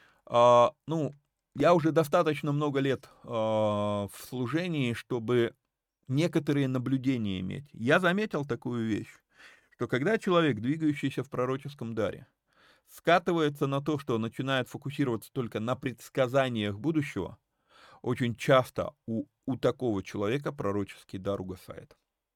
ну, я уже достаточно много лет в служении, чтобы некоторые наблюдения иметь. Я заметил такую вещь, что когда человек, двигающийся в пророческом даре, скатывается на то, что начинает фокусироваться только на предсказаниях будущего, очень часто у, у такого человека пророческий дар угасает.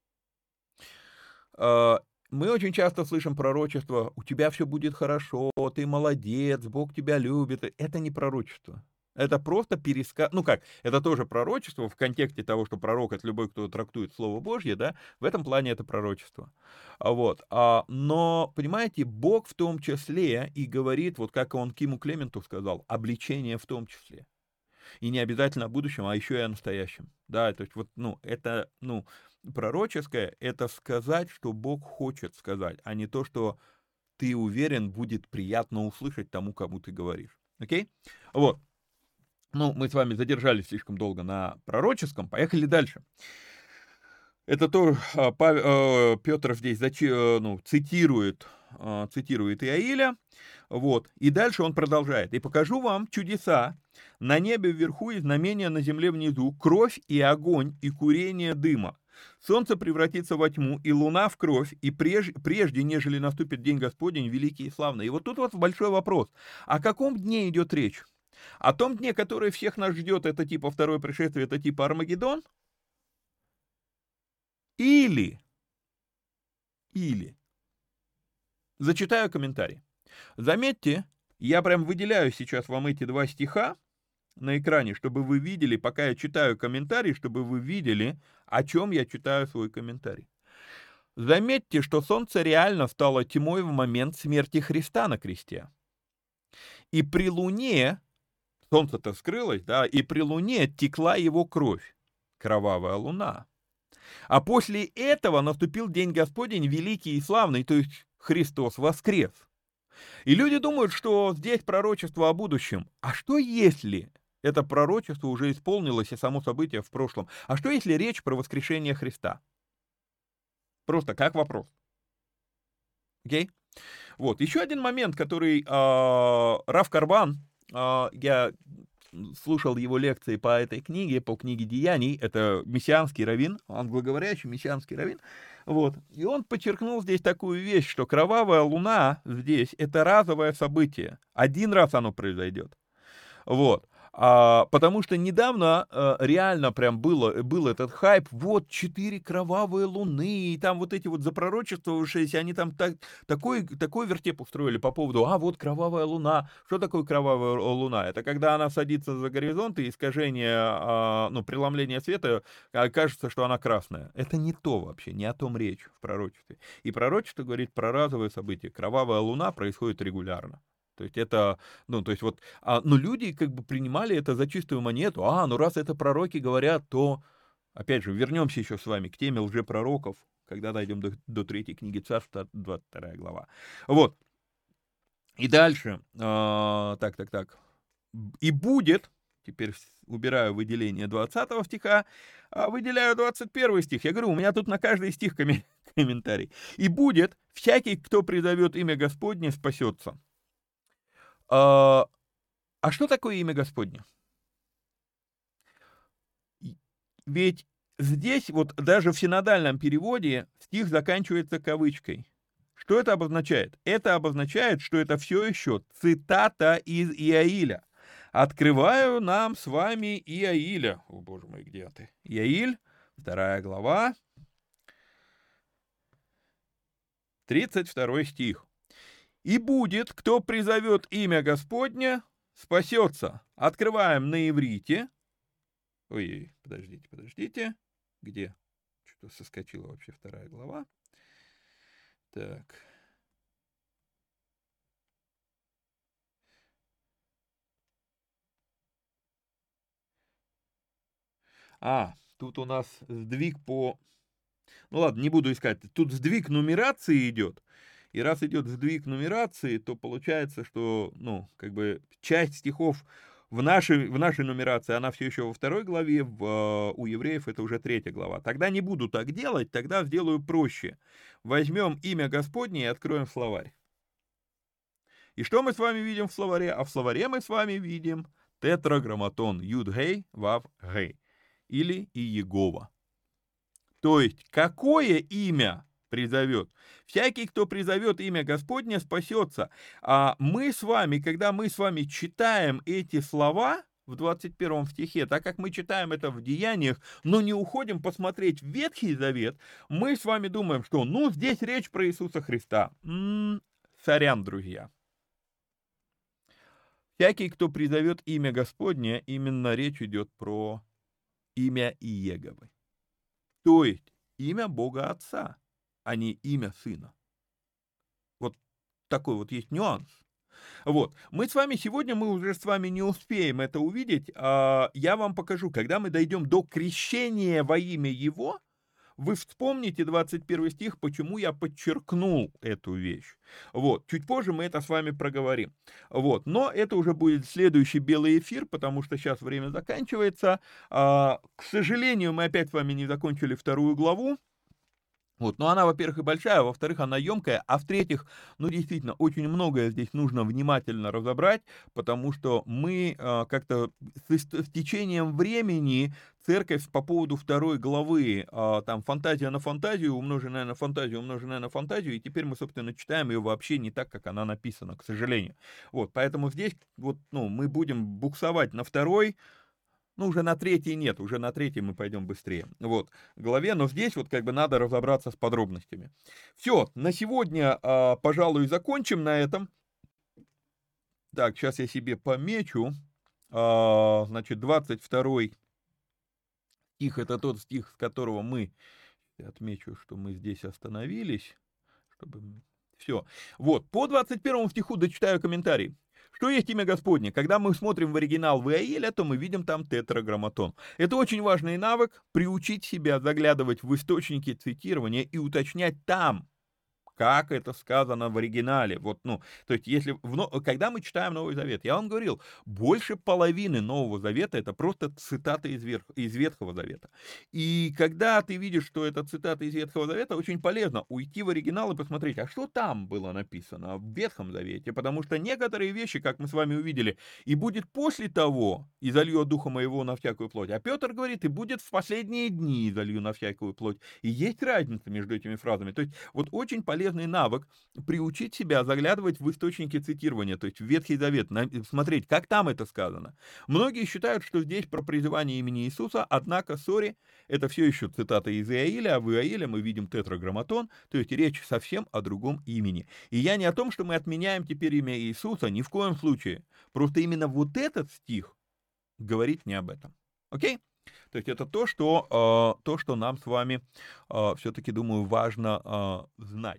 Мы очень часто слышим пророчество, у тебя все будет хорошо, ты молодец, Бог тебя любит. Это не пророчество. Это просто пересказ, ну как, это тоже пророчество в контексте того, что пророк — это любой, кто трактует Слово Божье, да, в этом плане это пророчество. Вот, а, но, понимаете, Бог в том числе и говорит, вот как он Киму Клементу сказал, обличение в том числе. И не обязательно о будущем, а еще и о настоящем. Да, то есть вот, ну, это, ну, пророческое, это сказать, что Бог хочет сказать, а не то, что ты уверен, будет приятно услышать тому, кому ты говоришь. Окей? Вот. Ну, мы с вами задержались слишком долго на пророческом, поехали дальше. Это то, Петр здесь ну, цитирует, цитирует Иаиля, вот, и дальше он продолжает. «И покажу вам чудеса на небе вверху и знамения на земле внизу, кровь и огонь и курение дыма. Солнце превратится во тьму, и луна в кровь, и прежде, прежде нежели наступит день Господень, великий и славный». И вот тут вот большой вопрос. О каком дне идет речь? О том дне, который всех нас ждет, это типа второе пришествие, это типа Армагеддон? Или, или, зачитаю комментарий. Заметьте, я прям выделяю сейчас вам эти два стиха на экране, чтобы вы видели, пока я читаю комментарий, чтобы вы видели, о чем я читаю свой комментарий. Заметьте, что солнце реально стало тьмой в момент смерти Христа на кресте. И при луне, солнце-то скрылось, да, и при луне текла его кровь, кровавая луна. А после этого наступил день Господень, великий и славный, то есть Христос воскрес. И люди думают, что здесь пророчество о будущем. А что если это пророчество уже исполнилось и само событие в прошлом? А что если речь про воскрешение Христа? Просто как вопрос. Окей? Вот, еще один момент, который э, Рав Карван, э, я слушал его лекции по этой книге, по книге Деяний, это мессианский раввин, англоговорящий мессианский раввин, вот, и он подчеркнул здесь такую вещь, что кровавая луна здесь — это разовое событие, один раз оно произойдет, вот, А, потому что недавно а, реально прям было, был этот хайп, вот четыре кровавые луны, и там вот эти вот запророчествовавшиеся, они там так, такой, такой вертеп устроили по поводу, а вот кровавая луна. Что такое кровавая луна? Это когда она садится за горизонт, и искажение, а, ну, преломление света, а, кажется, что она красная. Это не то вообще, не о том речь в пророчестве. И пророчество говорит про разовые события. Кровавая луна происходит регулярно. То есть это, ну, то есть вот, а, но люди как бы принимали это за чистую монету. А, ну раз это пророки говорят, то, опять же, вернемся еще с вами к теме лжепророков, когда дойдем до, до третьей книги Царств, двадцать вторая глава. Вот. И дальше, а, так, так, так. И будет, теперь убираю выделение двадцатого стиха, а выделяю двадцать первый стих. Я говорю, у меня тут на каждый стих коммен- комментарий. И будет, всякий, кто призовет имя Господне, спасется. А, а что такое имя Господне? Ведь здесь, вот даже в синодальном переводе, стих заканчивается кавычкой. Что это обозначает? Это обозначает, что это все еще цитата из Иаиля. Открываю нам с вами Иаиля. О, боже мой, где ты? Иаиль, вторая глава, тридцать второй стих. «И будет, кто призовет имя Господне, спасется». Открываем на иврите. Ой, подождите, подождите. Где? Что-то соскочила вообще вторая глава. Так. А, тут у нас сдвиг по... Ну ладно, не буду искать. Тут сдвиг нумерации идет. И раз идет сдвиг нумерации, то получается, что, ну, как бы часть стихов в нашей, в нашей нумерации, она все еще во второй главе, в, у евреев это уже третья глава. Тогда не буду так делать, тогда сделаю проще. Возьмем имя Господне и откроем словарь. И что мы с вами видим в словаре? А в словаре мы с вами видим тетраграмматон Юд-Гей, Вав-Гей. Или Иегова. То есть, какое имя призовет? Всякий, кто призовет имя Господне, спасется. А мы с вами, когда мы с вами читаем эти слова в двадцать первом стихе, так как мы читаем это в Деяниях, но не уходим посмотреть Ветхий Завет, мы с вами думаем, что, ну, здесь речь про Иисуса Христа. М-м, сорян, друзья. Всякий, кто призовет имя Господне, именно речь идет про имя Иеговы. То есть имя Бога Отца, а не имя Сына. Вот такой вот есть нюанс. Вот. Мы с вами сегодня, мы уже с вами не успеем это увидеть. А я вам покажу, когда мы дойдем до крещения во имя Его, вы вспомните двадцать первый стих, почему я подчеркнул эту вещь. Вот, чуть позже мы это с вами проговорим. Вот, но это уже будет следующий белый эфир, потому что сейчас время заканчивается. А, к сожалению, мы опять с вами не закончили вторую главу. Вот, но она, во-первых, и большая, а во-вторых, она емкая, а в-третьих, ну, действительно, очень многое здесь нужно внимательно разобрать, потому что мы э, как-то с, с течением времени церковь по поводу второй главы, э, там, фантазия на фантазию, умноженная на фантазию, умноженная на фантазию, и теперь мы, собственно, читаем ее вообще не так, как она написана, к сожалению. Вот, поэтому здесь, вот, ну, мы будем буксовать на второй, ну, уже на третьей нет, уже на третьей мы пойдем быстрее. Вот, главе, но здесь вот как бы надо разобраться с подробностями. Все, на сегодня, а, пожалуй, закончим на этом. Так, сейчас я себе помечу. А, значит, двадцать второй стих, это тот стих, с которого мы, я отмечу, что мы здесь остановились, чтобы... Все. Вот, по двадцать первому стиху дочитаю комментарий. Что есть имя Господне? Когда мы смотрим в оригинал в Иаиля, то мы видим там тетраграмматон. Это очень важный навык, приучить себя заглядывать в источники цитирования и уточнять там, как это сказано в оригинале. Вот, ну, то есть, если в, когда мы читаем Новый Завет, я вам говорил, больше половины Нового Завета это просто цитаты из, верх, из Ветхого Завета. И когда ты видишь, что это цитаты из Ветхого Завета, очень полезно уйти в оригинал и посмотреть, а что там было написано в Ветхом Завете, потому что некоторые вещи, как мы с вами увидели, и будет после того, и залью духа моего на всякую плоть. А Петр говорит, и будет в последние дни, и залью на всякую плоть. И есть разница между этими фразами. То есть, вот очень полезно полезный навык приучить себя заглядывать в источники цитирования, то есть в Ветхий Завет, на- смотреть, как там это сказано. Многие считают, что здесь про призывание имени Иисуса, однако, сори, это все еще цитата из Иаиля, а в Иаиле мы видим тетраграмматон, то есть речь совсем о другом имени. И я не о том, что мы отменяем теперь имя Иисуса, ни в коем случае. Просто именно вот этот стих говорит не об этом. Окей? То есть это то, что, э, то, что нам с вами э, все-таки, думаю, важно э, знать.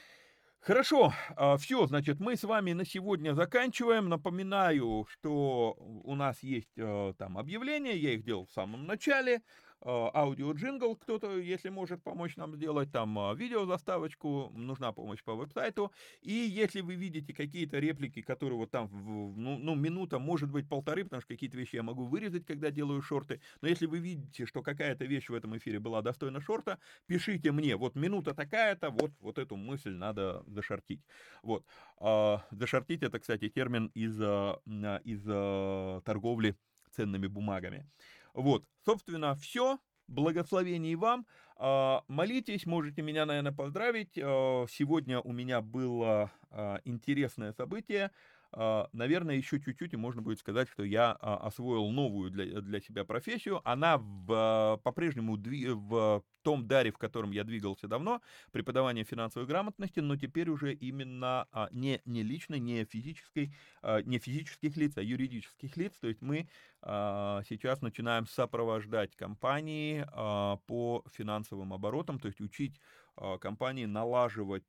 Хорошо, все, значит, мы с вами на сегодня заканчиваем. Напоминаю, что у нас есть э, там объявления, я их делал в самом начале. Э, Аудио-джингл, кто-то, если может помочь нам сделать, там э, видеозаставочку, нужна помощь по веб-сайту. И если вы видите какие-то реплики, которые вот там, в, ну, ну, минута, может быть, полторы, потому что какие-то вещи я могу вырезать, когда делаю шорты. Но если вы видите, что какая-то вещь в этом эфире была достойна шорта, пишите мне, вот минута такая-то, вот, вот эту мысль надо зашортить. Вот. А, зашортить — это, кстати, термин из, а, из а, торговли ценными бумагами. Вот, собственно, все. Благословений вам. А, молитесь, можете меня, наверное, поздравить. А, сегодня у меня было а, интересное событие. А, наверное, еще чуть-чуть, и можно будет сказать, что я а, освоил новую для, для себя профессию. Она в, а, по-прежнему дви- в том даре, в котором я двигался давно, преподавание финансовой грамотности, но теперь уже именно а, не, не личной, не физической, а, не физических лиц, а юридических лиц. То есть мы а, сейчас начинаем сопровождать компании а, по финансовым оборотам, то есть учить а, компании налаживать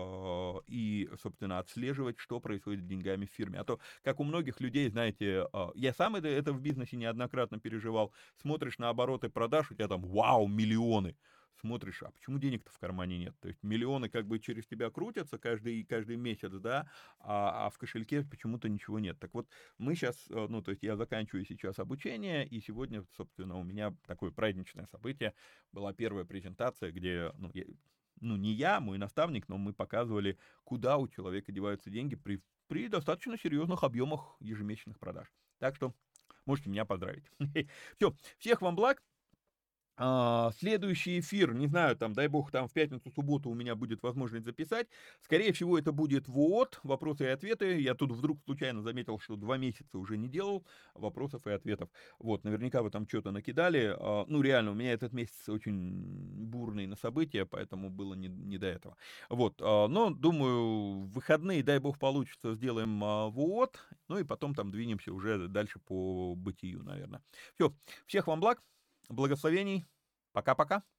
а, и, собственно, отслеживать, что происходит с деньгами в фирме. А то, как у многих людей, знаете, а, я сам это, это в бизнесе неоднократно переживал, смотришь на обороты продаж, у тебя там, вау, миллионы. Смотришь, а почему денег-то в кармане нет? То есть миллионы как бы через тебя крутятся каждый, каждый месяц, да, а, а в кошельке почему-то ничего нет. Так вот, мы сейчас, ну, то есть я заканчиваю сейчас обучение, и сегодня, собственно, у меня такое праздничное событие. Была первая презентация, где, ну, я, ну, не я, мой наставник, но мы показывали, куда у человека деваются деньги при, при достаточно серьезных объемах ежемесячных продаж. Так что можете меня поздравить. Все, всех вам благ. А, следующий эфир, не знаю, там, дай бог, там в пятницу, субботу у меня будет возможность записать. Скорее всего, это будет ВООТ, вопросы и ответы. Я тут вдруг случайно заметил, что два месяца уже не делал вопросов и ответов. Вот, наверняка вы там что-то накидали. А, ну, реально, у меня этот месяц очень бурный на события, поэтому было не, не до этого. Вот, а, но, думаю, в выходные, дай бог, получится, сделаем а, ВООТ, ну и потом там двинемся уже дальше по бытию, наверное. Все, всех вам благ. Благословений. Пока-пока.